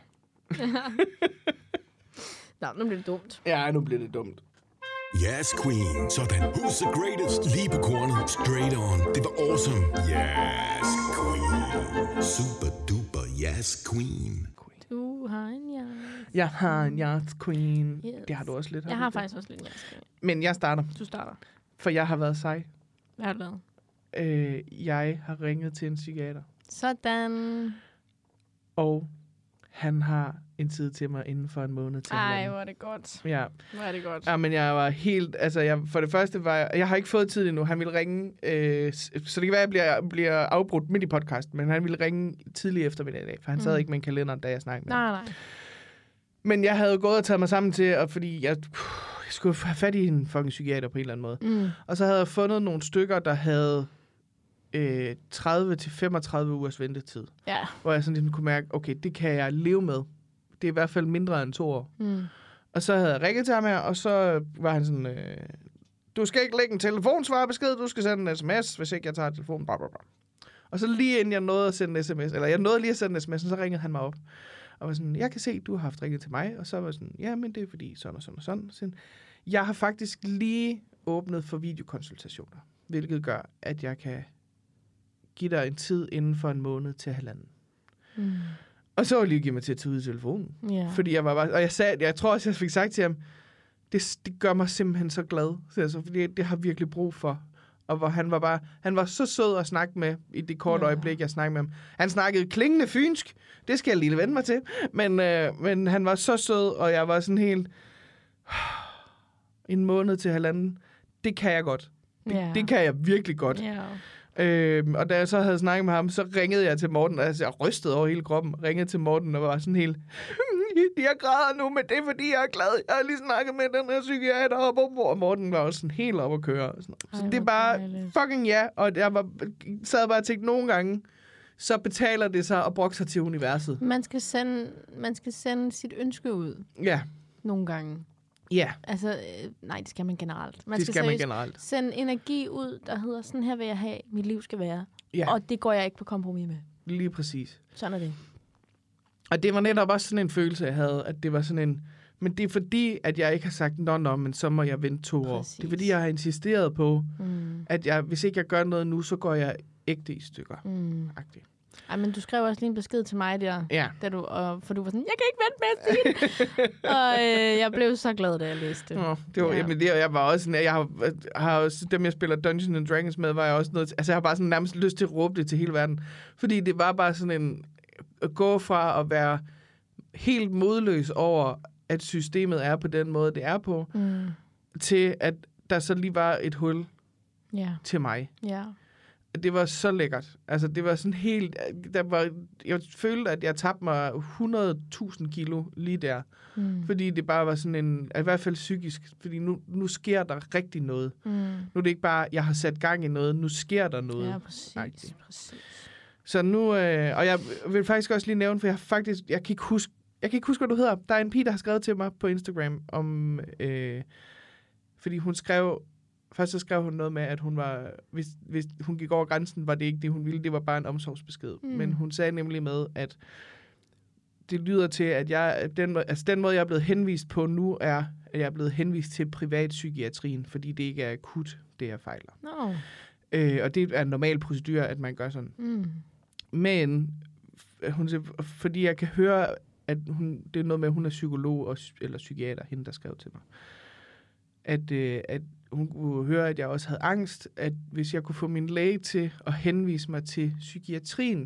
Nå, nu bliver det dumt. Ja, nu bliver det dumt. Yes, Queen. Sådan. Who's the greatest? Lige på kornet. Straight on. Det var awesome. Yes, Queen. Super duper. Yes, Queen. Du har en yes. Jeg har en yes, Queen. Yes. Det har du også lidt. Jeg har faktisk også lidt en yes, Queen. Men jeg starter. Du starter. For jeg har været sej. Hvad har du lavet? Jeg har ringet til en psykiater. Sådan. Og han har en tid til mig inden for en måned til. Ej, hvor er det godt. Ja. Hvor er det godt. Ja, men jeg var helt... Altså, for det første var jeg har ikke fået tid endnu. Han ville ringe... så det kan være, at jeg bliver afbrudt midt i podcasten, men han ville ringe tidlig eftermiddag i dag, for han sad ikke med en kalender, da jeg snakkede med ham. Nej. Men jeg havde gået og taget mig sammen til, fordi jeg skulle have fat i en fucking psykiater på en eller anden måde. Mm. Og så havde jeg fundet nogle stykker, der havde 30 til 35 ugers ventetid. Ja. Hvor jeg sådan ligesom kunne mærke, okay, det kan jeg leve med. Det er i hvert fald mindre end 2 år. Mm. Og så havde jeg ringet til ham her, og så var han sådan, du skal ikke lægge en telefonsvarbesked, du skal sende en sms, hvis ikke jeg tager telefonen, bla bla bla. Og så lige inden jeg nåede at sende en sms, eller jeg nåede lige at sende en sms, så ringede han mig op. Og var sådan, jeg kan se, du har haft ringet til mig. Og så var jeg sådan, ja, men det er fordi sådan og sådan og sådan. Så jeg har faktisk lige åbnet for videokonsultationer, hvilket gør, at jeg kan give dig en tid inden for en måned til 1,5. Mm. Og så var jeg lige givet mig til at tage ud i telefonen. Yeah. Fordi jeg var bare... Og jeg tror også, jeg fik sagt til ham, det gør mig simpelthen så glad. Så, fordi det har virkelig brug for. Og hvor han var så sød at snakke med i det korte øjeblik, jeg snakkede med ham. Han snakkede klingende fynsk. Det skal jeg lige vende mig til. Men han var så sød, og jeg var sådan helt... En måned til 1,5. Det kan jeg godt. Det kan jeg virkelig godt. Yeah. Og da jeg så havde snakket med ham, så ringede jeg til Morten, og jeg rystede over hele kroppen, ringede til Morten og var sådan helt, jeg græder nu, men det er fordi, jeg er glad. Jeg har lige snakket med den her psykiater op, og Morten var også sådan helt op at køre. Så det er bare fucking ja, og jeg sad bare og tænkte nogle gange, så betaler det sig at brokke sig til universet. Man skal sende sit ønske ud. Ja. Nogle gange. Ja. Altså, nej, det skal man generelt. Det skal man generelt. Sende energi ud, der hedder, sådan her vil jeg have, mit liv skal være. Ja. Og det går jeg ikke på kompromis med. Lige præcis. Sådan er det. Og det var netop også sådan en følelse, jeg havde, at det var sådan en... Men det er fordi, at jeg ikke har sagt, nå, men så må jeg vente 2 år. Det er fordi, jeg har insisteret på, at hvis ikke jeg gør noget nu, så går jeg ægte i stykker. Ej, men du skrev også lige en besked til mig der, ja. For du var sådan, jeg kan ikke vente med at sige det. Og jeg blev så glad, da jeg læste det. Det var, jamen, jeg var også sådan, jeg har også, dem jeg spiller Dungeons and Dragons med, var jeg også noget, altså jeg har bare sådan nærmest lyst til at råbe det til hele verden. Fordi det var bare sådan en, at gå fra at være helt modløs over, at systemet er på den måde, det er på, til at der så lige var et hul til mig. Ja. Det var så lækkert. Altså, det var sådan helt... Jeg følte, at jeg tabte mig 100.000 kilo lige der. Fordi det bare var sådan en... I hvert fald psykisk. Fordi nu sker der rigtig noget. Nu er det ikke bare, jeg har sat gang i noget. Nu sker der noget. Ja, præcis. Så nu... og jeg vil faktisk også lige nævne, for jeg kan ikke huske, hvad du hedder. Der er en pige, der har skrevet til mig på Instagram om... fordi hun skrev... Først så skrev hun noget med, at hun var, hvis hun gik over grænsen, var det ikke det, hun ville. Det var bare en omsorgsbesked. Men hun sagde nemlig med, at det lyder til, at den måde, jeg er blevet henvist på nu, er, at jeg er blevet henvist til privatpsykiatrien, fordi det ikke er akut, det jeg fejler. No. Og det er en normal procedure, at man gør sådan. Men hun siger, fordi jeg kan høre, at det er noget med, at hun er psykolog eller psykiater, hende der skrev til mig. At hun kunne høre, at jeg også havde angst, at hvis jeg kunne få min læge til at henvise mig til psykiatrien,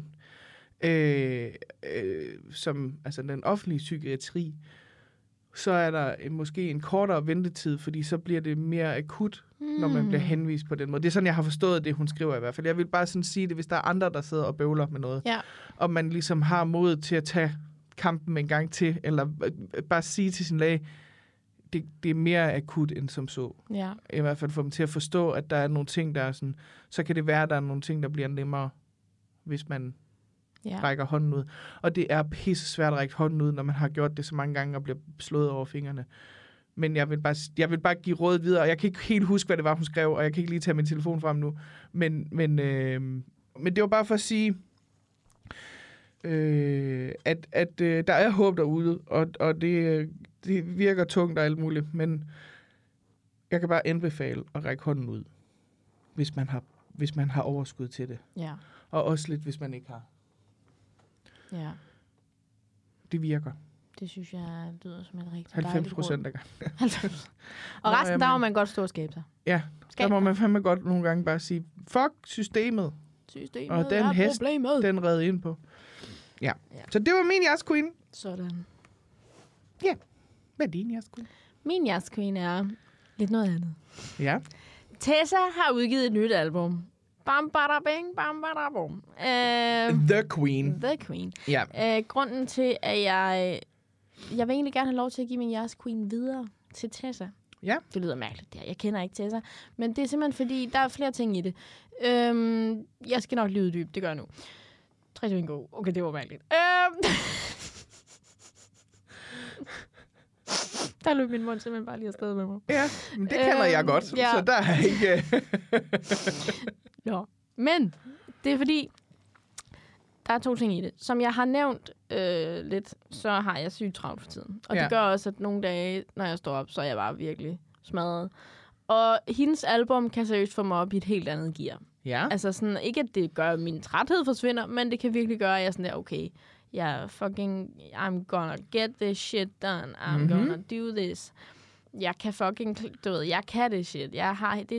som altså den offentlige psykiatri, så er der måske en kortere ventetid, fordi så bliver det mere akut, når man bliver henvist på den måde. Det er sådan, jeg har forstået det, hun skriver i hvert fald. Jeg vil bare sådan sige det, hvis der er andre, der sidder og bøvler med noget, og man ligesom har mod til at tage kampen en gang til, eller bare sige til sin læge, det er mere akut end som så. Ja. I hvert fald få dem til at forstå, at der er nogle ting, der er sådan... Så kan det være, at der er nogle ting, der bliver nemmere, hvis man rækker hånden ud. Og det er pisse svært at række hånden ud, når man har gjort det så mange gange og bliver slået over fingrene. Men jeg vil bare give rådet videre, og jeg kan ikke helt huske, hvad det var, hun skrev, og jeg kan ikke lige tage min telefon frem nu. Men det var bare for at sige... at der er håb derude, og det virker tungt og alt muligt, men jeg kan bare anbefale at række hånden ud, hvis man har overskud til det. Ja. Og også lidt, hvis man ikke har. Ja. Det virker. Det synes jeg lyder som et rigtig dejligt 90% af gangen. Og resten, der må man godt stå og skabe sig. Ja, der må man fandme godt nogle gange bare sige, fuck systemet. Og den hest, den redde ind på. Ja. Så det var min Jazz Queen. Sådan. Ja. Hvad er din Jazz Queen? Min Jazz Queen er lidt noget andet. Ja. Tessa har udgivet et nyt album. Bam, bada, bing, bam, bada, bum. The Queen. The Queen. Ja. Grunden til, at jeg vil egentlig gerne have lov til at give min Jazz Queen videre til Tessa. Ja. Det lyder mærkeligt. Jeg kender ikke Tessa. Men det er simpelthen fordi, der er flere ting i det. Jeg skal nok lige uddybe. Det gør jeg nu. 3, 2, 1, go. Okay, det var mærkeligt. Der løb min mund simpelthen bare lige afsted med mig. Ja, men det kender jeg godt, så der er ikke... Nå, men det er fordi, der er 2 ting i det. Som jeg har nævnt lidt, så har jeg sygt travlt for tiden. Og det gør også, at nogle dage, når jeg står op, så er jeg bare virkelig smadret. Og hendes album kan seriøst få mig op i et helt andet gear. Ja. Altså sådan, ikke at det gør, at min træthed forsvinder, men det kan virkelig gøre, at jeg er sådan der, okay, I'm gonna get this shit done. I'm gonna do this. Jeg kan jeg kan det shit. Det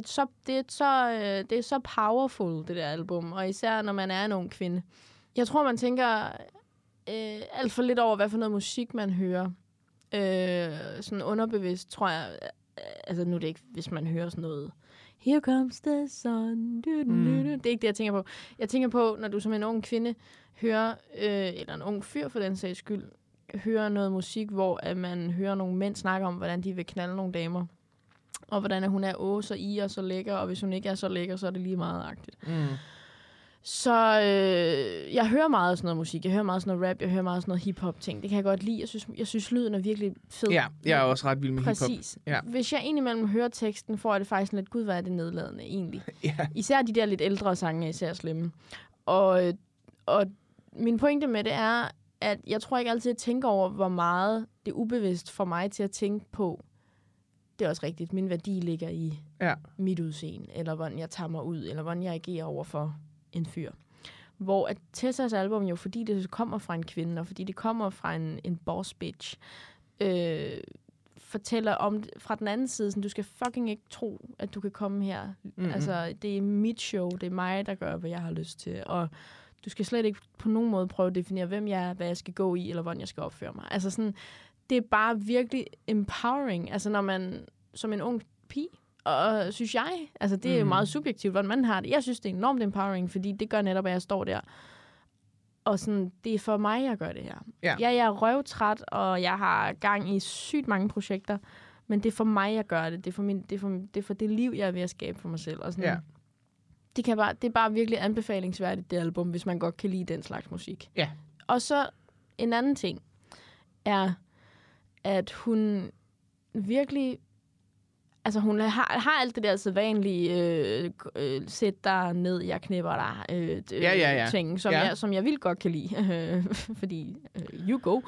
er så powerful, det der album. Og især, når man er en ung kvinde. Jeg tror, man tænker alt for lidt over, hvad for noget musik man hører. Sådan underbevidst, tror jeg. Altså, nu er det ikke, hvis man hører sådan noget... Here comes the sun. Det er ikke det, jeg tænker på. Jeg tænker på, når du som en ung kvinde hører, eller en ung fyr for den sags skyld, hører noget musik, hvor at man hører nogle mænd snakke om, hvordan de vil knalde nogle damer. Og hvordan hun er så i og så lækker, og hvis hun ikke er så lækker, så er det lige meget agtigt. Så jeg hører meget sådan noget musik. Jeg hører meget sådan noget rap. Jeg hører meget sådan noget hiphop ting. Det kan jeg godt lide. Jeg synes lyden er virkelig fed. Ja, jeg er også ret vild med Præcis. hiphop. Præcis. Ja. Hvis jeg indimellem hører teksten, får jeg det faktisk lidt, gud, hvad er det nedladende egentlig. Ja. Især de der lidt ældre sange er især slemme. Og min pointe med det er, at jeg tror ikke altid, at jeg tænker over, hvor meget det er ubevidst for mig til at tænke på. Det er også rigtigt. Min værdi ligger i mit udseende, eller hvordan jeg tager mig ud, eller hvordan jeg agerer over for en fyr. Hvor at Tessas album jo, fordi det kommer fra en kvinde, og fordi det kommer fra en boss bitch, fortæller om fra den anden side, sådan, du skal fucking ikke tro, at du kan komme her. Mm-hmm. Altså, det er mit show, det er mig, der gør, hvad jeg har lyst til, og du skal slet ikke på nogen måde prøve at definere, hvem jeg er, hvad jeg skal gå i, eller hvordan jeg skal opføre mig. Altså sådan, det er bare virkelig empowering, altså når man, som en ung pige, og synes jeg, altså det er jo meget subjektivt, hvordan man har det. Jeg synes, det er enormt empowering, fordi det gør netop, at jeg står der. Og sådan, det er for mig, jeg gør det her. Ja. Jeg er røvtræt, og jeg har gang i sygt mange projekter, men det er for mig, jeg gør det. Det er for det liv, jeg er ved at skabe for mig selv. Og sådan, det er bare virkelig anbefalingsværdigt, det album, hvis man godt kan lide den slags musik. Ja. Og så en anden ting er, at hun virkelig... Altså, hun har alt det der sædvanlige sæt der ned, jeg knipper dig ting, som jeg vildt godt kan lide. Fordi you go.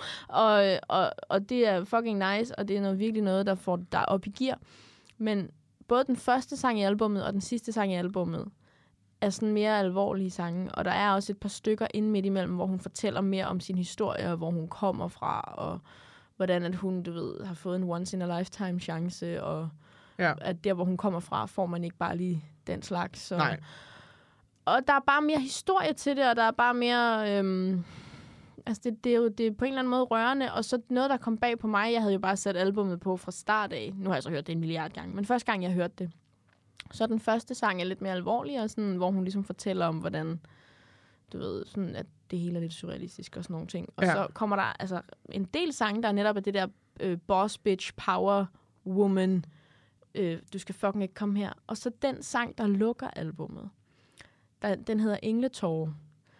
Og det er fucking nice, og det er virkelig noget, der får dig op i gear. Men både den første sang i albummet og den sidste sang i albummet er sådan mere alvorlige sange. Og der er også et par stykker inde midt imellem, hvor hun fortæller mere om sin historie, og hvor hun kommer fra, og hvordan at hun, du ved, har fået en once-in-a-lifetime chance, og at der, hvor hun kommer fra, får man ikke bare lige den slags. Så. Nej. Og der er bare mere historie til det, og der er bare mere... altså, det er på en eller anden måde rørende, og så noget, der kom bag på mig, jeg havde jo bare sat albummet på fra start af. Nu har jeg så hørt det 1 milliard gange, men første gang, jeg hørte det. Så den første sang er lidt mere alvorlig, og sådan, hvor hun ligesom fortæller om, hvordan, du ved, sådan, at det hele er lidt surrealistisk og sådan nogle ting. Og så kommer der altså en del sange, der netop er det der boss bitch, power woman, du skal fucking ikke komme her. Og så den sang, der lukker albummet, den hedder Engletårer.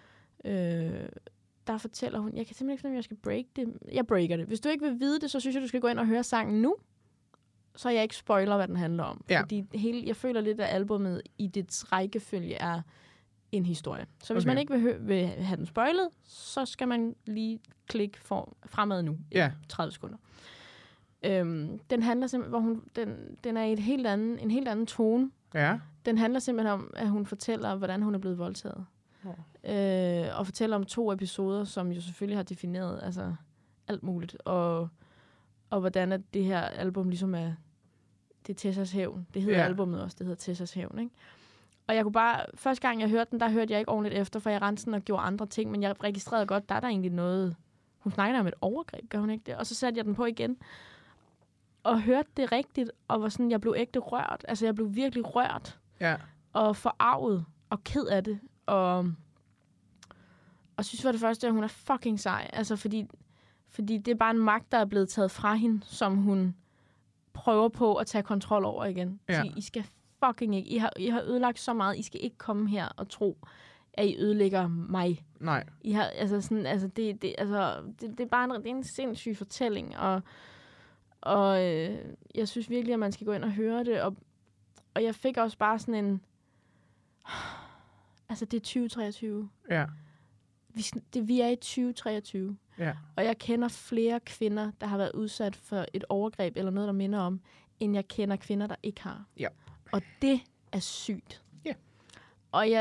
Der fortæller hun, jeg kan simpelthen ikke finde, om jeg skal break det. Jeg breaker det. Hvis du ikke vil vide det, så synes jeg, du skal gå ind og høre sangen nu, så jeg ikke spoiler, hvad den handler om. Ja. Fordi jeg føler lidt, at albummet i dets rækkefølge er en historie. Så hvis man ikke vil have den spoilet, så skal man lige klikke fremad nu. 30 sekunder. Den handler simpelthen, den er i en helt anden tone. Ja. Den handler simpelthen om, at hun fortæller, hvordan hun er blevet voldtaget. Og fortæller om 2 episoder, som jo selvfølgelig har defineret altså alt muligt. Og hvordan at det her album ligesom er, det er Tessas hævn. Det hedder albummet også, det hedder Tessas hævn, ikke? Og jeg kunne bare, første gang jeg hørte den, der hørte jeg ikke ordentligt efter, for jeg rendte sådan og gjorde andre ting, men jeg registrerede godt, der er egentlig noget, hun snakker om et overgreb, gør hun ikke det? Og så satte jeg den på igen, og hørte det rigtigt, og var sådan, jeg blev ægte rørt. Altså, jeg blev virkelig rørt, og forarvet, og ked af det, og synes for det første, at hun er fucking sej, altså fordi det er bare en magt, der er blevet taget fra hende, som hun prøver på at tage kontrol over igen. Ja. Så I skal fucking ikke, I har ødelagt så meget, I skal ikke komme her og tro, at I ødelægger mig. Nej. I har, altså sådan, altså det er bare en sindssyg fortælling, og jeg synes virkelig, at man skal gå ind og høre det, og jeg fik også bare sådan en, altså det er 2023. Ja. Vi er i 2023. Ja. Og jeg kender flere kvinder, der har været udsat for et overgreb, eller noget, der minder om, end jeg kender kvinder, der ikke har. Ja. Og det er sygt. Ja. Og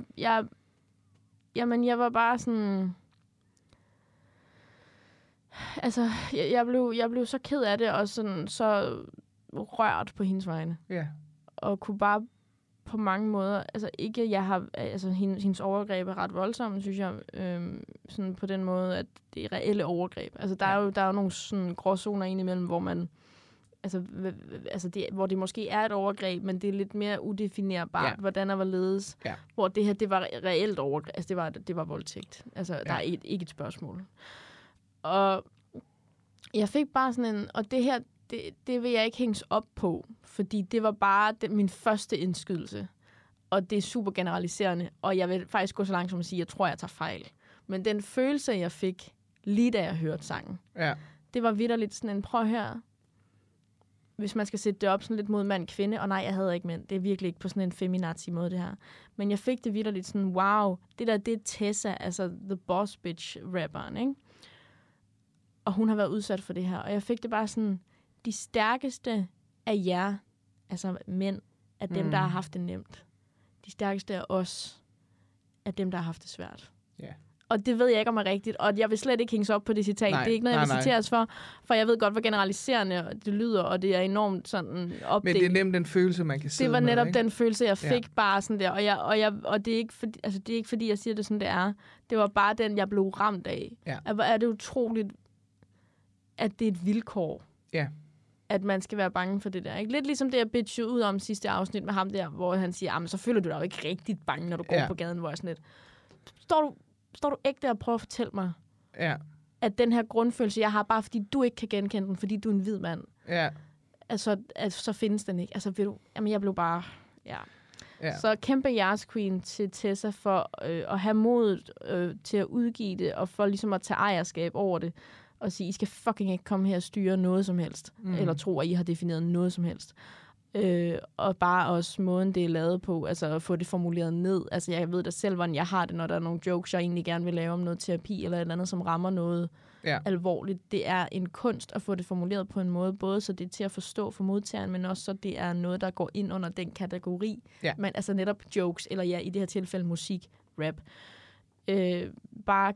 jeg var bare sådan... Altså, jeg blev så ked af det, og sådan, så rørt på hendes vegne. Ja. Og kunne bare på mange måder, altså ikke, jeg har, altså hendes overgreb er ret voldsomme, synes jeg, sådan på den måde, at det er reelle overgreb. Altså der er jo nogle sådan gråzoner indimellem, hvor man, hvor det måske er et overgreb, men det er lidt mere udefinerbart, hvordan der var ledes, hvor det her, det var reelt overgreb, altså det var voldtægt. Altså der er ikke et spørgsmål. Og jeg fik bare sådan en, og det her, det vil jeg ikke hænges op på, fordi det var bare min første indskydelse. og det er super generaliserende, og jeg vil faktisk gå så langt som at sige, at jeg tror, jeg tager fejl. Men den følelse, jeg fik, lige da jeg hørte sangen, det var vitterligt sådan en, prøv at høre, hvis man skal sætte det op sådan lidt mod mand-kvinde, og nej, jeg havde ikke mænd, det er virkelig ikke på sådan en feminazi måde, det her. Men jeg fik det vitterligt sådan, wow, det er Tessa, altså the boss bitch rapperen, ikke? Og hun har været udsat for det her, og jeg fik det bare sådan, de stærkeste af jer, altså mænd, af dem, der har haft det nemt. De stærkeste af os, af dem, der har haft det svært. Yeah. Og det ved jeg ikke, om er rigtigt. Og jeg vil slet ikke hænges op på det citat. Det er ikke noget, jeg vil citeres for jeg ved godt, hvor generaliserende det lyder, og det er enormt sådan opdelt. Men det er nemt den følelse, man kan sidde med. Det var netop ikke? den følelse, jeg fik bare sådan der. Og det er ikke fordi, det er ikke fordi, jeg siger det sådan, det er. Det var bare den, jeg blev ramt af. Ja. Hvor er det utroligt, at det er et vilkår. Ja. At man skal være bange for det der. Ikke? Lidt ligesom det, jeg bitchede ud om sidste afsnit med ham der, hvor han siger, men så føler du dig jo ikke rigtigt bange, når du går på gaden, hvor jeg sådan lidt. Står du ægte og prøver at fortælle mig, at den her grundfølelse, jeg har, bare fordi du ikke kan genkende den, fordi du er en hvid mand, altså, så findes den ikke. Altså, jeg blev bare... Ja. Så kæmpe Yas Queen til Tessa for at have modet til at udgive det, og for ligesom at tage ejerskab over det, og sige, I skal fucking ikke komme her og styre noget som helst, eller tro, at I har defineret noget som helst. Og bare også måden, det er lavet på, altså at få det formuleret ned. Altså jeg ved da selv, hvordan jeg har det, når der er nogle jokes, jeg egentlig gerne vil lave om noget terapi, eller et eller andet, som rammer noget alvorligt. Det er en kunst at få det formuleret på en måde, både så det er til at forstå for modtageren, men også så det er noget, der går ind under den kategori. Men altså netop jokes, eller i det her tilfælde musik, rap. Bare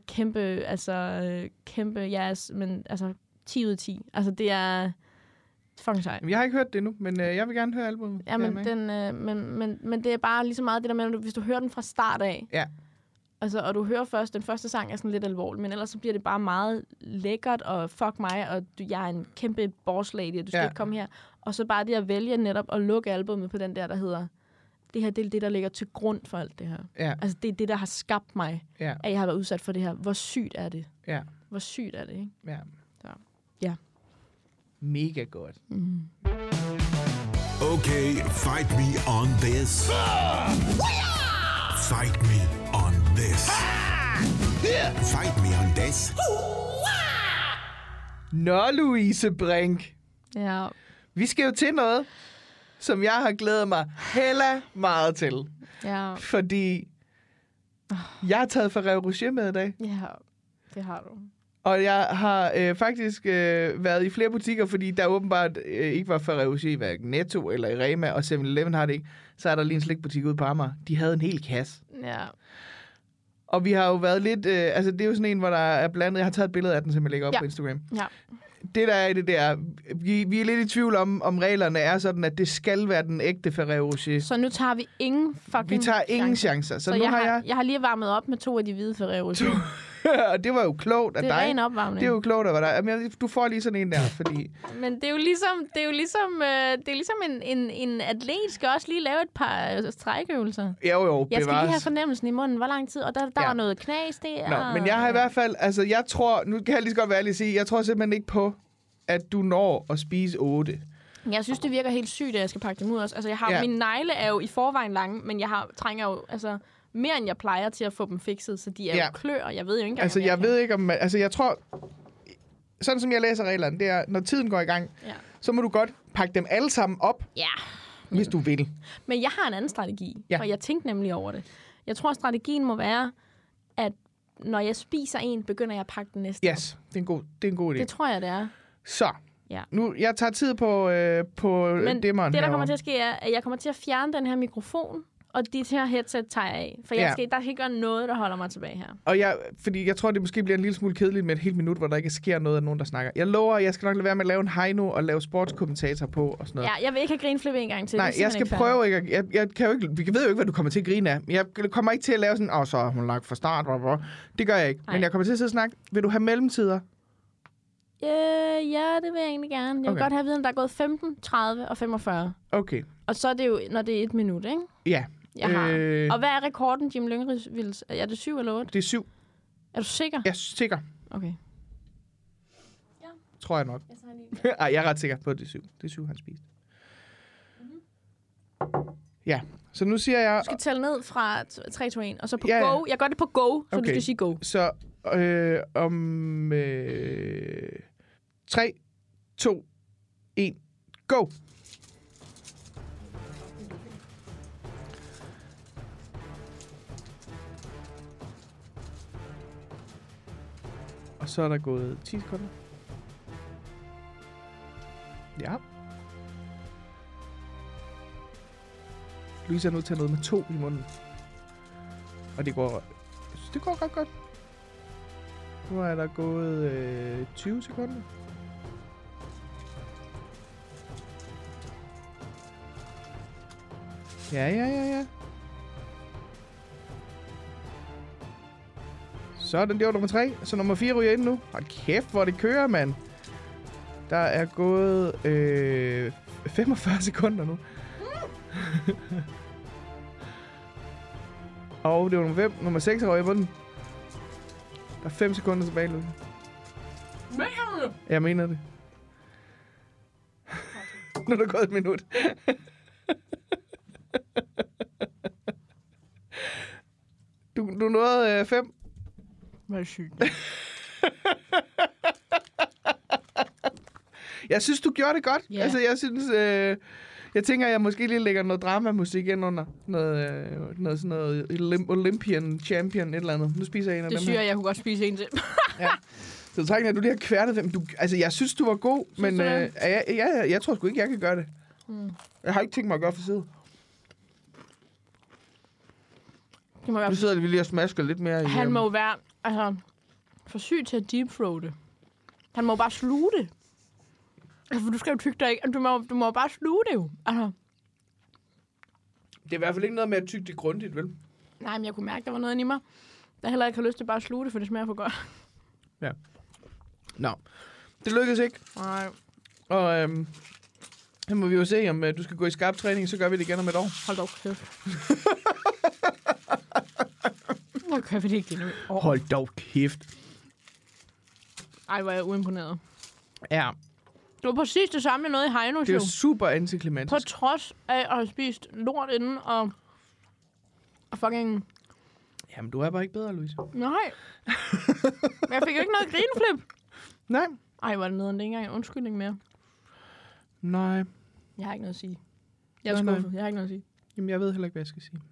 kæmpe men altså 10 ud af 10. Altså det er fucking sejt. Jeg har ikke hørt det endnu, men jeg vil gerne høre albumet. Ja, men det er bare lige så meget det der med, hvis du hører den fra start af, altså, og du hører først, den første sang er sådan lidt alvorlig, men ellers så bliver det bare meget lækkert, og fuck mig, og jeg er en kæmpe boss lady, og du skal ikke komme her. Og så bare det at vælge netop at lukke albumet på den der hedder, det her, det er det, der ligger til grund for alt det her. Altså, det er det, der har skabt mig, at jeg har været udsat for det her. Hvor sygt er det? Hvor sygt er det, ikke? Så, mega godt. Okay, fight me on this. Fight me on this. Fight me on this. Nå, Louise Brink. Ja. Vi skal jo til noget, som jeg har glædet mig hella meget til. Ja. Fordi jeg har taget Ferrero Rocher med i dag. Ja, det har du. Og jeg har faktisk været i flere butikker, fordi der åbenbart ikke var Ferrero Rocher i hverken Netto eller i Rema, og 7-Eleven har det ikke. Så er der lige en slikbutik ude på Amager. De havde en hel kasse. Ja. Og vi har jo været lidt... altså, det er jo sådan en, hvor der er blandet... Jeg har taget et billede af den, som jeg lægger op på Instagram. Ja. Det, der er i det der... Vi er lidt i tvivl om reglerne er sådan, at det skal være den ægte Ferrero Rocher. Så nu tager vi ingen fucking chancer. Så nu jeg har lige varmet op med 2 af de hvide Ferrero Rocher. Og det var jo klogt af dig. Det er ren opvarmning. Det er jo klogt af dig. Jamen, du får lige sådan en der, fordi... Men det er jo ligesom en atlet skal også lige lave et par strækøvelser. Jo, jeg skal lige have fornemmelsen i munden. Hvor lang tid? Og der var noget knas der. Men jeg har i hvert fald... Altså, jeg tror... Nu kan jeg lige så godt være ærlig at sige, jeg tror simpelthen ikke på, at du når at spise 8. Jeg synes, det virker helt sygt, at jeg skal pakke dem ud også. Altså, mine negle er jo i forvejen lange, men jeg trænger jo... Altså, mere end jeg plejer til at få dem fikset, så de er jo klør, jeg ved jo ikke engang, altså, jeg ved ikke om... Altså, jeg tror... Sådan som jeg læser reglerne, det er, når tiden går i gang, så må du godt pakke dem alle sammen op, hvis du vil. Men jeg har en anden strategi, og jeg tænkte nemlig over det. Jeg tror, strategien må være, at når jeg spiser en, begynder jeg at pakke den næste. Yes, det er en god idé. Det tror jeg, det er. Så, nu, jeg tager tid på dimmeren. Det, der kommer til at ske, er, at jeg kommer til at fjerne den her mikrofon, og dit her headset tager jeg af. For der skal ikke gøre noget, der holder mig tilbage her. Og fordi jeg tror, det måske bliver en lille smule kedeligt med et helt minut, hvor der ikke sker noget af nogen, der snakker. Jeg lover, jeg skal nok lade være med at lave en Heino og lave sportskommentator på og sådan noget. Ja, jeg vil ikke have grinflip en gang til. Nej, jeg skal prøve ikke. Jeg kan jo ikke. Vi ved jo ikke, hvad du kommer til at grine af. Jeg kommer ikke til at lave sådan, så hun lagt fra start. Det gør jeg ikke. Men jeg kommer til at sidde og snakke. Vil du have mellemtider? Ja, det vil jeg egentlig gerne. Jeg vil godt have at vide, om der er gået 15, 30 og 45. Okay. Og så er det jo, når det er 1 minut, ikke? Ja. Jeg har. Og hvad er rekorden, Jim Lyngrids? Er det 7 eller 8? Det er 7. Er du sikker? Jeg er sikker. Okay. Ja. Tror jeg nok. Jeg er ret sikker på, at det er 7. Det er 7, han spiste. Ja, så nu siger jeg... Du skal tælle ned fra 3, 2, 1, og så på go. Jeg gør det på go, så du skal sige go. Så om 3, 2, 1, go! Og så er der gået 10 sekunder. Ja. Louise er nu taget noget med 2 i munden. Og det går ret godt. Nu er der gået 20 sekunder. Ja. Sådan, det var nummer 3. Så nummer 4 ryger ind nu. Hold kæft, hvor det kører, mand. Der er gået 45 sekunder nu. Og det var nummer 5. Nummer 6 er røget i bunden. Der er 5 sekunder tilbage, Louise. Mener du? Jeg mener det. Nu er der gået 1 minut. Du nåede 5. Hvad er sygt. Jeg synes, du gjorde det godt. Yeah. Altså, jeg synes... jeg tænker, jeg måske lige lægger noget dramamusik ind under. Noget sådan noget Olympian Champion, et eller andet. Nu spiser jeg en af dem her. Det syger, jeg kunne godt spise en til. Ja. Så du trænger, at du lige har kværnet dem. Altså, jeg synes, du var god, men jeg tror sgu ikke, jeg kan gøre det. Jeg har ikke tænkt mig at gøre for side. Du sidder lige og smasker lidt mere i... Han må jo være for syg til at deepthroate. Han må bare sluge det. Altså, for du skal jo tygge dig ikke. Du må bare sluge det jo. Altså. Det er i hvert fald ikke noget med at tygge det grundigt, vel? Nej, men jeg kunne mærke, der var noget inde i mig, der heller ikke har lyst til bare at sluge det, for det smager for godt. Ja. Nå. Det lykkedes ikke. Nej. Og så må vi jo se, om du skal gå i skarp træning, så gør vi det igen om et år. Hold dog kæft. Nu gør vi det ikke endnu. Hold dog kæft. Ej, hvor er jeg uimponeret. Ja. Det var præcis det samme, jeg nåede i Heino. Det var super antiklimatisk. På trods af at have spist lort inden og fucking... Jamen, du er bare ikke bedre, Louise. Nej. Men jeg fik jo ikke noget grineflip. Nej. Ej, var det noget, det er ikke engang en undskyldning mere. Nej. Jeg har ikke noget at sige. Jeg er skuffet. Jeg har ikke noget at sige. Jamen, jeg ved heller ikke, hvad jeg skal sige.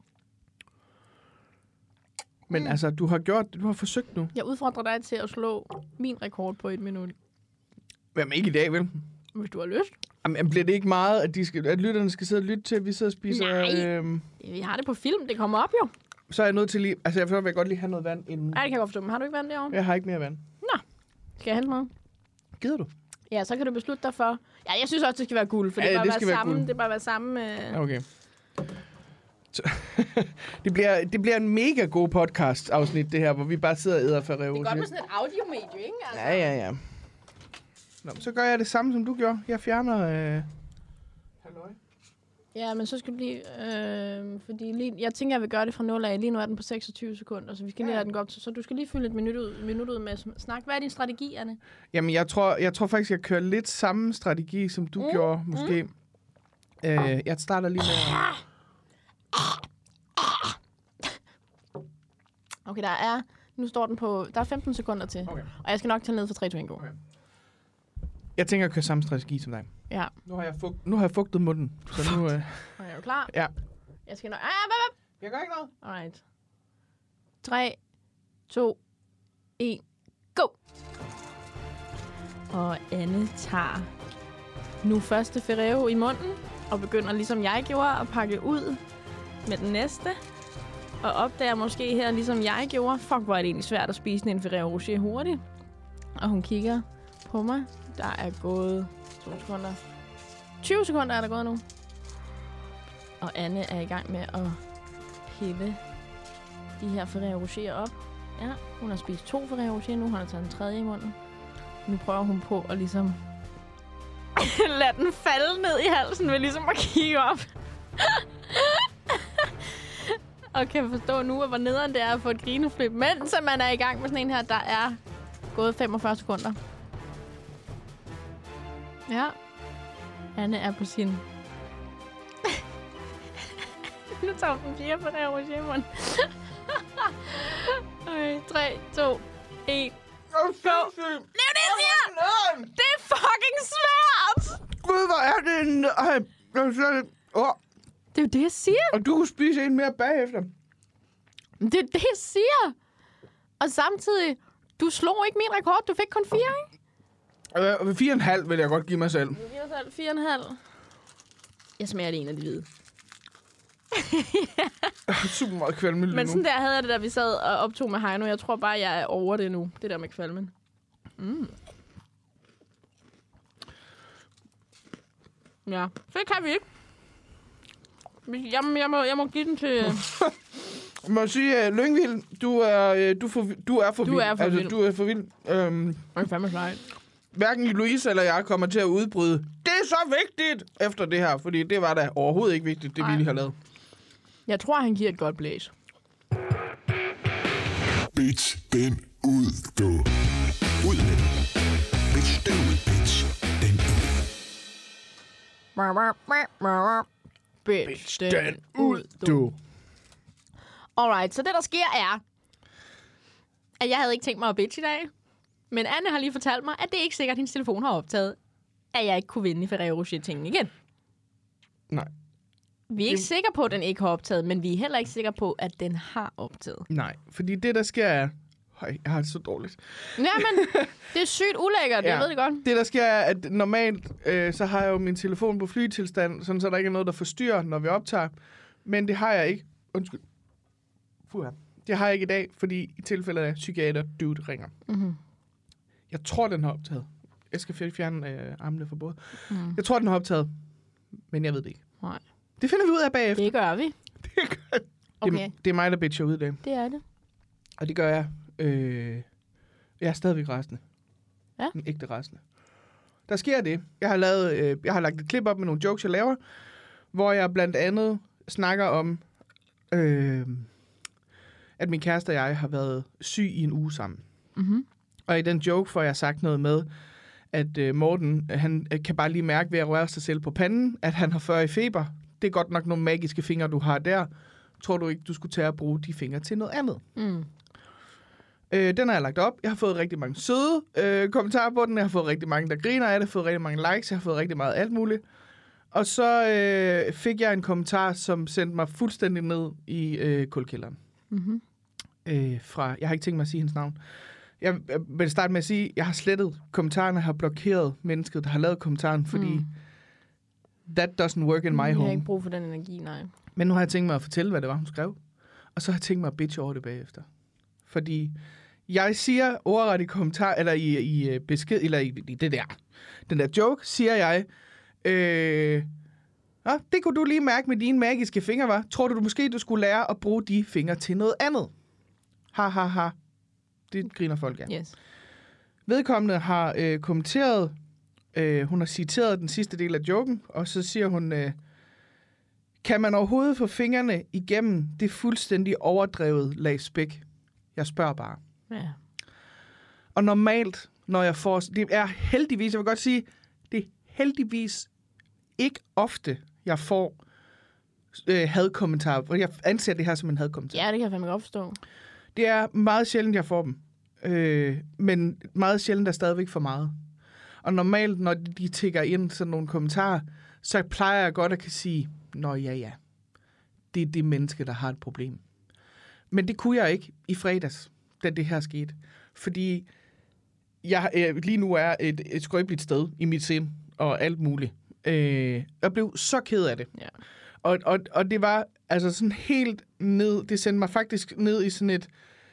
Men altså, du har forsøgt nu. Jeg udfordrer dig til at slå min rekord på 1 minut. Jamen, ikke i dag, vel? Hvis du har lyst. Jamen, bliver det ikke meget, at lytterne skal sidde og lytte til, at vi sidder og spiser... Nej, vi har det på film. Det kommer op jo. Så er jeg nødt til lige... Altså, jeg vil godt lige have noget vand inden. Nej, det kan jeg godt forstå. Men har du ikke vand derovre? Jeg har ikke mere vand. Nå. Skal jeg hente noget? Gider du? Ja, så kan du beslutte dig for... Ja, jeg synes også, det skal være guld, for det er bare være samme... Okay. Så, det bliver en mega god podcast-afsnit, det her, hvor vi bare sidder og æder Ferrero. Det er godt med sådan et audiomedie, ikke? Altså. Ja. Nå, så gør jeg det samme, som du gjorde. Jeg fjerner... Halløj. Ja, men så skal du lige... fordi lige, jeg tænker, jeg vil gøre det fra 0 af. Lige nu er den på 26 sekunder, så vi skal lige lade den gå op til. Så du skal lige fylde et minut ud med snak. Hvad er din strategi, Anne? Jamen, jeg tror faktisk, jeg kører lidt samme strategi, som du gjorde, måske. Jeg starter lige med... Okay, nu står den på... Der er 15 sekunder til. Okay. Og jeg skal nok tage ned for 3, 2, 1, go. Okay. Jeg tænker at køre samme strategi som dig. Ja. Nu har jeg fugtet munden. Så nu... Er du klar? Ja. Jeg skal nok... Jeg gør ikke noget. Alright. 3, 2, 1, go! Og Anne tager nu første Ferrero i munden, og begynder, ligesom jeg gjorde, at pakke ud med den næste. Og opdager måske her, ligesom jeg gjorde, fuck, hvor er det egentlig svært at spise en Ferrero Rocher hurtigt. Og hun kigger på mig. Der er gået 2 sekunder. 20 sekunder er der gået nu. Og Anne er i gang med at pille de her Ferrero Rocher op. Ja, hun har spist 2 Ferrero Rocher nu. Hun har taget en 3. i munden. Nu prøver hun på at ligesom lade den falde ned i halsen ved ligesom at kigge op. Og kan forstå nu, hvor nederen det er at få et grineflip, mens man er i gang med sådan en her, der er gået 45 sekunder. Ja. Anne er på sin Nu tager den 4 Ferrero Rocher. 3, 2, 1. Go! Det er jo det, jeg siger! Det er fucking svært! Gud, hvor er det en... Det er jo det, jeg siger. Og du kunne spise en mere bagefter. Det er det, jeg siger. Og samtidig, du slog ikke min rekord. Du fik kun 4, ikke? 4,5 vil jeg godt give mig selv. 4,5. Jeg smager det en af de hvide. Super meget kvalme lige Men nu. sådan der havde jeg det, da vi sad og optog med Heino. Jeg tror bare, jeg er over det nu. Det der med kvalmen. Ja, det kan vi ikke. Jeg må give den til... Må jeg sige, Lyngvild, du er for vild. Du er for vild. Altså, du er for vild. Det er fandme sejt. Hverken Louise eller jeg kommer til at udbryde. Det er så vigtigt efter det her, fordi det var da overhovedet ikke vigtigt, det vi lige har lavet. Jeg tror, han giver et godt blæs. Bitch, den ud, du. Ud med den. Bitch, den ud, bitch. Den ud. Bitch, den ud, du. Alright, så det der sker er, at jeg havde ikke tænkt mig at bitch i dag. Men Anne har lige fortalt mig, at det er ikke sikkert, at hendes telefon har optaget, at jeg ikke kunne vinde i Ferrero Rocher-tingen igen. Nej. Vi er ikke sikre på, at den ikke har optaget, men vi er heller ikke sikre på, at den har optaget. Nej, fordi det, der sker er... Høj, jeg har det så dårligt. Jamen, det er sygt ulækkert, jeg ved det godt. Det, der sker er, at normalt, så har jeg jo min telefon på flytilstand, sådan så der ikke er noget, der forstyrrer, når vi optager. Men det har jeg ikke. Undskyld. Det har jeg ikke i dag, fordi i tilfælde af psykiater, dude ringer. Mm-hmm. Jeg tror, den har optaget. Jeg skal fjerne armene fra bordet. Jeg tror, den har optaget, men jeg ved det ikke. Nej. Det finder vi ud af bagefter. Det gør vi. Okay. Det er mig, der bitcher ud i dag. Det er det. Og det gør jeg. Jeg er stadigvæk rasende. Ja. En ægte rasende. Der sker det. Jeg har lagt et klip op med nogle jokes, jeg laver, hvor jeg blandt andet snakker om, at min kæreste og jeg har været syg i en uge sammen. Mm-hmm. Og i den joke får jeg sagt noget med, at Morten, han kan bare lige mærke ved at røre sig selv på panden, at han har 40 i feber. Det er godt nok nogle magiske fingre, du har der. Tror du ikke, du skulle tage at bruge de fingre til noget andet? Mm. Den har jeg lagt op. Jeg har fået rigtig mange søde kommentarer på den. Jeg har fået rigtig mange, der griner af det. Jeg har fået rigtig mange likes. Jeg har fået rigtig meget alt muligt. Og så fik jeg en kommentar, som sendte mig fuldstændig ned i kulkælderen. Mm-hmm. Jeg har ikke tænkt mig at sige hendes navn. Jeg vil starte med at sige, at jeg har slettet kommentarerne, har blokeret mennesket, der har lavet kommentaren, fordi that doesn't work in my home. Jeg har ikke brug for den energi, nej. Men nu har jeg tænkt mig at fortælle, hvad det var, hun skrev. Og så har jeg tænkt mig at bitche over det bagefter. Fordi jeg siger ordret i kommentar, eller i besked, eller i det der, den der joke, siger jeg, det kunne du lige mærke med dine magiske fingre, var. Tror du måske, du skulle lære at bruge de fingre til noget andet? Ha, ha, ha. Det griner folk af. Yes. Vedkommende har kommenteret, hun har citeret den sidste del af joken, og så siger hun, kan man overhovedet få fingrene igennem det fuldstændig overdrevet lag spæk? Jeg spørger bare. Ja. Og normalt, når jeg får... Det er heldigvis, jeg vil godt sige, det er heldigvis ikke ofte, jeg får hadkommentarer. For jeg anser det her som en hadkommentar. Ja, det kan jeg fandme godt forstå. Det er meget sjældent, jeg får dem. Men meget sjældent er stadigvæk for meget. Og normalt, når de tikker ind sådan nogle kommentarer, så plejer jeg godt at kan sige, nå ja, det er det menneske, der har et problem. Men det kunne jeg ikke i fredags, da det her skete. Fordi jeg lige nu er et skrøbeligt sted i mit sind og alt muligt. Jeg blev så ked af det. Ja. Og det var altså sådan helt ned, det sendte mig faktisk ned i sådan et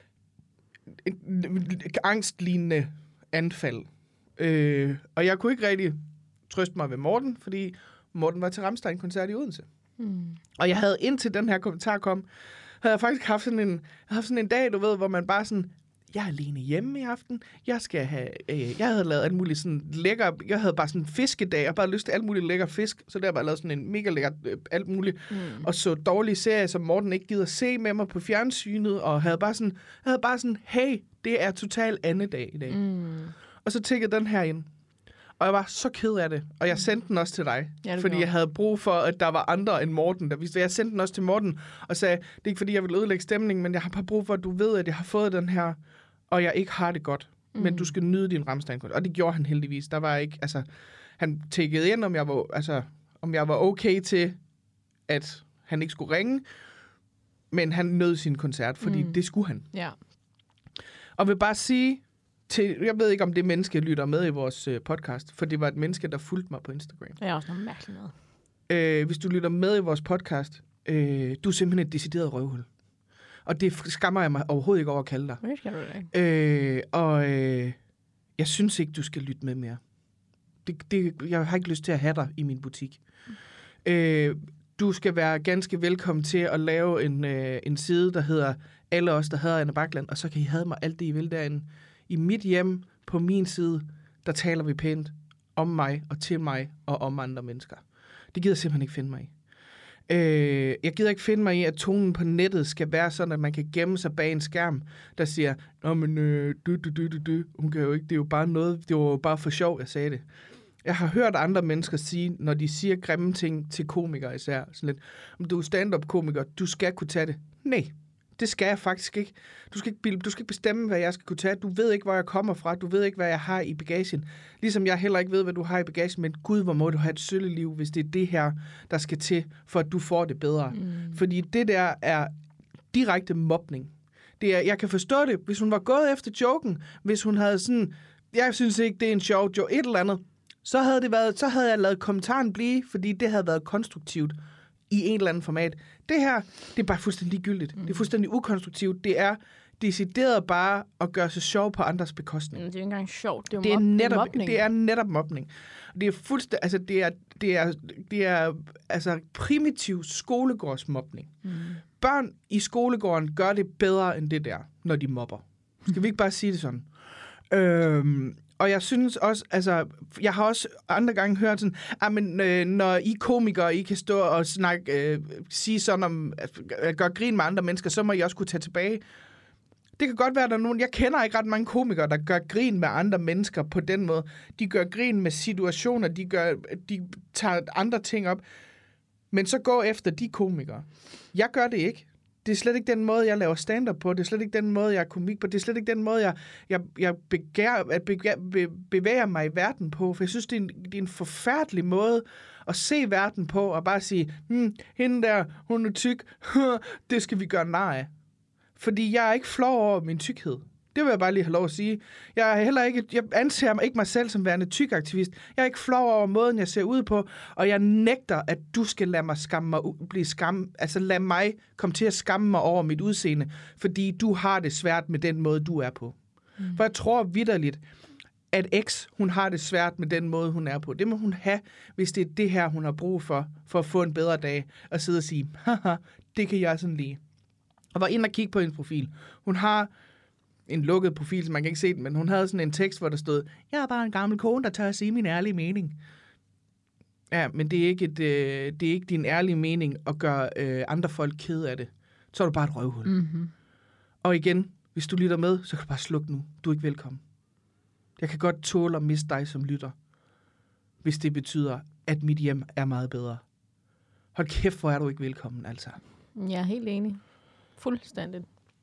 angstlignende anfald. Og jeg kunne ikke rigtig trøste mig ved Morten, fordi Morten var til Rammstein-koncert i Odense. Og jeg havde indtil den her kommentar kom, havde jeg faktisk haft sådan en dag, du ved, hvor man bare sådan, jeg er alene hjemme i aften, jeg havde lavet alt muligt sådan lækker, jeg havde bare sådan en fiskedag, jeg bare lyst til alt muligt lækker fisk, så der har jeg bare lavet sådan en mega lækker alt muligt, og så dårlige serier, som Morten ikke gider se med mig på fjernsynet, og havde bare sådan, hey, det er total andedag i dag. Og så tikkede den her ind. Og jeg var så ked af det. Og jeg sendte den også til dig. Ja, fordi jeg havde brug for, at der var andre end Morten. Jeg sendte den også til Morten og sagde, det er ikke fordi, jeg vil ødelægge stemningen, men jeg har bare brug for, at du ved, at jeg har fået den her, og jeg ikke har det godt. Men du skal nyde din Rammstein. Og det gjorde han heldigvis. Der var ikke, altså, han tækkede ind, om jeg var okay til, at han ikke skulle ringe. Men han nød sin koncert, fordi det skulle han. Ja. Og vil bare sige jeg ved ikke, om det menneske lytter med i vores podcast, for det var et menneske, der fulgte mig på Instagram. Det er også noget mærkeligt noget. Hvis du lytter med i vores podcast, du er simpelthen et decideret røvhul. Og det skammer jeg mig overhovedet ikke over at kalde dig. Det skal du ikke. Jeg synes ikke, du skal lytte med mere. Jeg har ikke lyst til at have dig i min butik. Du skal være ganske velkommen til at lave en side, der hedder Alle os, der hader Anna Bakland, og så kan I have mig alt det, I vil derinde. I mit hjem, på min side, der taler vi pænt om mig og til mig og om andre mennesker. Det gider jeg simpelthen ikke finde mig i. Jeg gider ikke finde mig i, at tonen på nettet skal være sådan, at man kan gemme sig bag en skærm, der siger, nå, men hun kan jo ikke, det er jo bare noget, det var jo bare for sjov, jeg sagde det. Jeg har hørt andre mennesker sige, når de siger grimme ting til komikere især, sådan lidt, om du er stand-up-komiker, du skal kunne tage det. Nej, det skal jeg faktisk ikke. Du skal ikke bestemme, hvad jeg skal kunne tage. Du ved ikke, hvor jeg kommer fra. Du ved ikke, hvad jeg har i bagagen. Ligesom jeg heller ikke ved, hvad du har i bagagen. Men gud, hvor må du have et sølle liv, hvis det er det her, der skal til, for at du får det bedre. Fordi det der er direkte mobning. Jeg kan forstå det, hvis hun var gået efter joken. Hvis hun havde sådan, jeg synes ikke, det er en sjov joke, et eller andet. Så havde jeg lavet kommentaren blive, fordi det havde været konstruktivt i en eller anden format. Det her, det er bare fuldstændig ligegyldigt. Det er fuldstændig ukonstruktivt. Det er decideret bare at gøre sig sjov på andres bekostning. Det er jo ikke engang sjovt. Det er mobning. Det er netop mobning. Det er fuldstændig, altså det er altså primitiv skolegårdsmobning. Børn i skolegården gør det bedre end det der, når de mobber. Skal vi ikke bare sige det sådan? Og jeg synes også, altså, jeg har også andre gange hørt sådan, når I komikere, I kan stå og sige sådan om, at gøre grin med andre mennesker, så må I også kunne tage tilbage. Det kan godt være, at der er nogen, jeg kender ikke ret mange komikere, der gør grin med andre mennesker på den måde. De gør grin med situationer, de tager andre ting op. Men så gå efter de komikere. Jeg gør det ikke. Det er slet ikke den måde, jeg laver stand-up på. Det er slet ikke den måde, jeg er komik på. Det er slet ikke den måde, jeg bevæger mig i verden på. For jeg synes, det er en forfærdelig måde at se verden på, og bare sige, hende der, hun er tyk, det skal vi gøre nar af. Fordi jeg er ikke flov over min tykhed. Det vil jeg bare lige have lov at sige. Jeg anser mig ikke mig selv som værende tykaktivist. Jeg er ikke flov over måden, jeg ser ud på, og jeg nægter, at du skal lade mig lad mig komme til at skamme mig over mit udseende, fordi du har det svært med den måde, du er på. For jeg tror vitterligt, at X, hun har det svært med den måde, hun er på. Det må hun have, hvis det er det her, hun har brug for at få en bedre dag, og sidde og sige, haha, det kan jeg sådan lide. Og var inde og kigge på hendes profil. Hun har en lukket profil, så man kan ikke se den, men hun havde sådan en tekst, hvor der stod, jeg er bare en gammel kone, der tør at sige min ærlige mening. Ja, men det er ikke din ærlige mening at gøre andre folk kede af det. Så er du bare et røvhul. Mm-hmm. Og igen, hvis du lytter med, så kan du bare slukke nu. Du er ikke velkommen. Jeg kan godt tåle at miste dig som lytter, hvis det betyder, at mit hjem er meget bedre. Hold kæft, hvor er du ikke velkommen, altså. Jeg er helt enig. Fuldstændigt.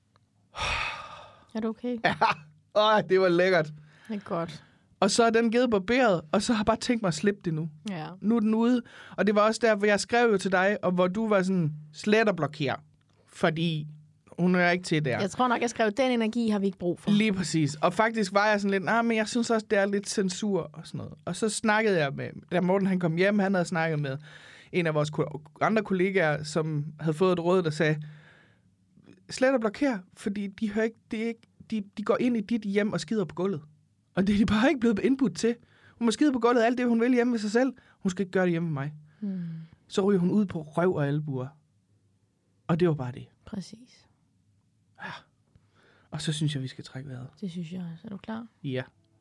Er du okay? Ja, det var lækkert. Det er godt. Og så er den givet barberet, og så har jeg bare tænkt mig at slippe det nu. Ja. Nu er den ude. Og det var også der, hvor jeg skrev jo til dig, og hvor du var sådan, slet og blokér. Fordi hun er ikke til der. Jeg tror nok, jeg skrev, den energi har vi ikke brug for. Lige præcis. Og faktisk var jeg sådan lidt, men jeg synes også, det er lidt censur og sådan noget. Og så snakkede jeg med, da Morten han kom hjem, han havde snakket med en af vores andre kollegaer, som havde fået et råd, der sagde, slet og blokér, fordi de hører ikke, de går ind i dit hjem og skider på gulvet. Og det er de bare ikke blevet input til. Hun må skide på gulvet alt det, hun vil hjemme ved sig selv. Hun skal ikke gøre det hjemme med mig. Så ryger hun ud på røv og albuer. Og det var bare det. Præcis. Ja. Og så synes jeg, vi skal trække vejret. Det synes jeg også. Er du klar? Ja.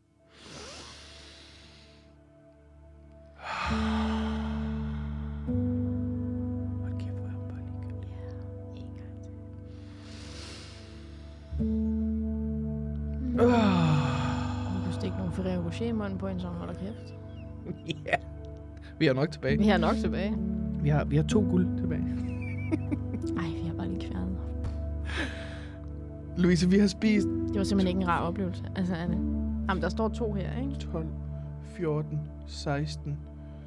Hold kæft, hvor er hun bare ligegyldig. Ja, en gang til. Nu kan du stikke nogle Ferrero Rocher i munden på en, så holder kæft. Ja. Vi har nok tilbage. Vi har nok tilbage. Vi har 2 guld tilbage. Ej, vi har bare lige kværnet. Louise, vi har spist... Det var simpelthen ikke en rar oplevelse. Altså, er det? Jamen, der står 2 her, ikke? 12, 14, 16...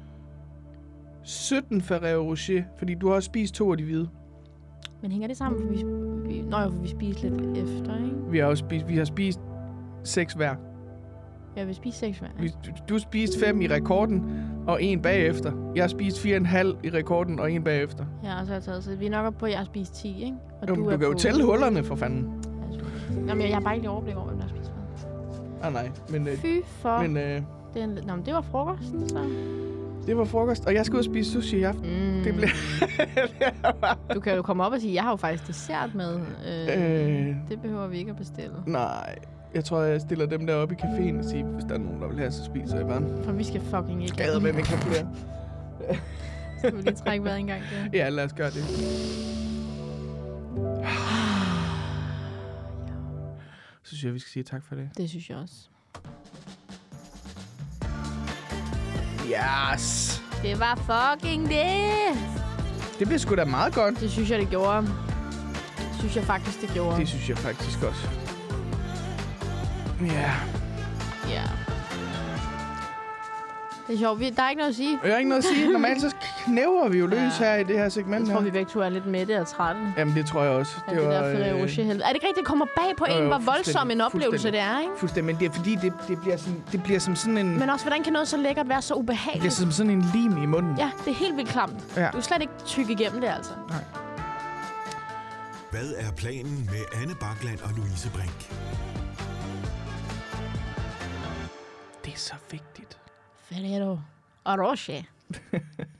17 Ferrero Rocher, fordi du har også spist 2 af de hvide. Men hænger det sammen, for vi spiser lidt efter, ikke? Vi har spist 6 hver. Ja, vi spiser 6 hver. Du spiste 5 i rekorden, og 1 bagefter. Jeg har spist 4,5 i rekorden, og 1 bagefter. Ja, og så har jeg taget, så vi er nok oppe på, at jeg har spist 10, ikke? Og du kan jo tælle hullerne, for fanden. Jamen, jeg har bare ikke lige overblik over, hvem der har spist hvad. Nej, men... Fy for... Men det var frokosten, så... Det var frokost, og jeg skal ud og spise sushi i aften. Det bliver... Du kan jo komme op og sige, jeg har jo faktisk dessert med. Det behøver vi ikke at bestille. Nej, jeg tror, jeg stiller dem der op i caféen og siger, hvis der er nogen, der vil have, så spiser jeg bare. For vi skal fucking ikke... Gader med, vi kan flere. Skal vi lige trække vejret en gang? Ja, lad os gøre det. Så synes jeg, vi skal sige tak for det. Det synes jeg også. Yes! Det var fucking det! Det blev sgu da meget godt. Det synes jeg, det gjorde. Synes jeg faktisk, det gjorde. Det synes jeg faktisk også. Ja. Ja. Det er sjovt. Der er ikke noget at sige. Jeg har ikke noget at sige. Normalt så knæver vi jo løs her i det her segment. Jeg tror, vi begge to er lidt mætte og trætte. Jamen, det tror jeg også. Det var, der Ferrero Rocher helvede. Er det ikke rigtigt, det kommer bag på en, hvor voldsom en oplevelse det er, ikke? Fuldstændig. Men det er fordi, det bliver som sådan en... Men også, hvordan kan noget så lækkert være så ubehageligt? Det bliver som sådan en lim i munden. Ja, det er helt vildt klamt. Ja. Du er slet ikke tykke igennem det, altså. Nej. Hvad er planen med Anne Bakland og Louise Brink? Det er så vigtigt. Ferrero Rocher.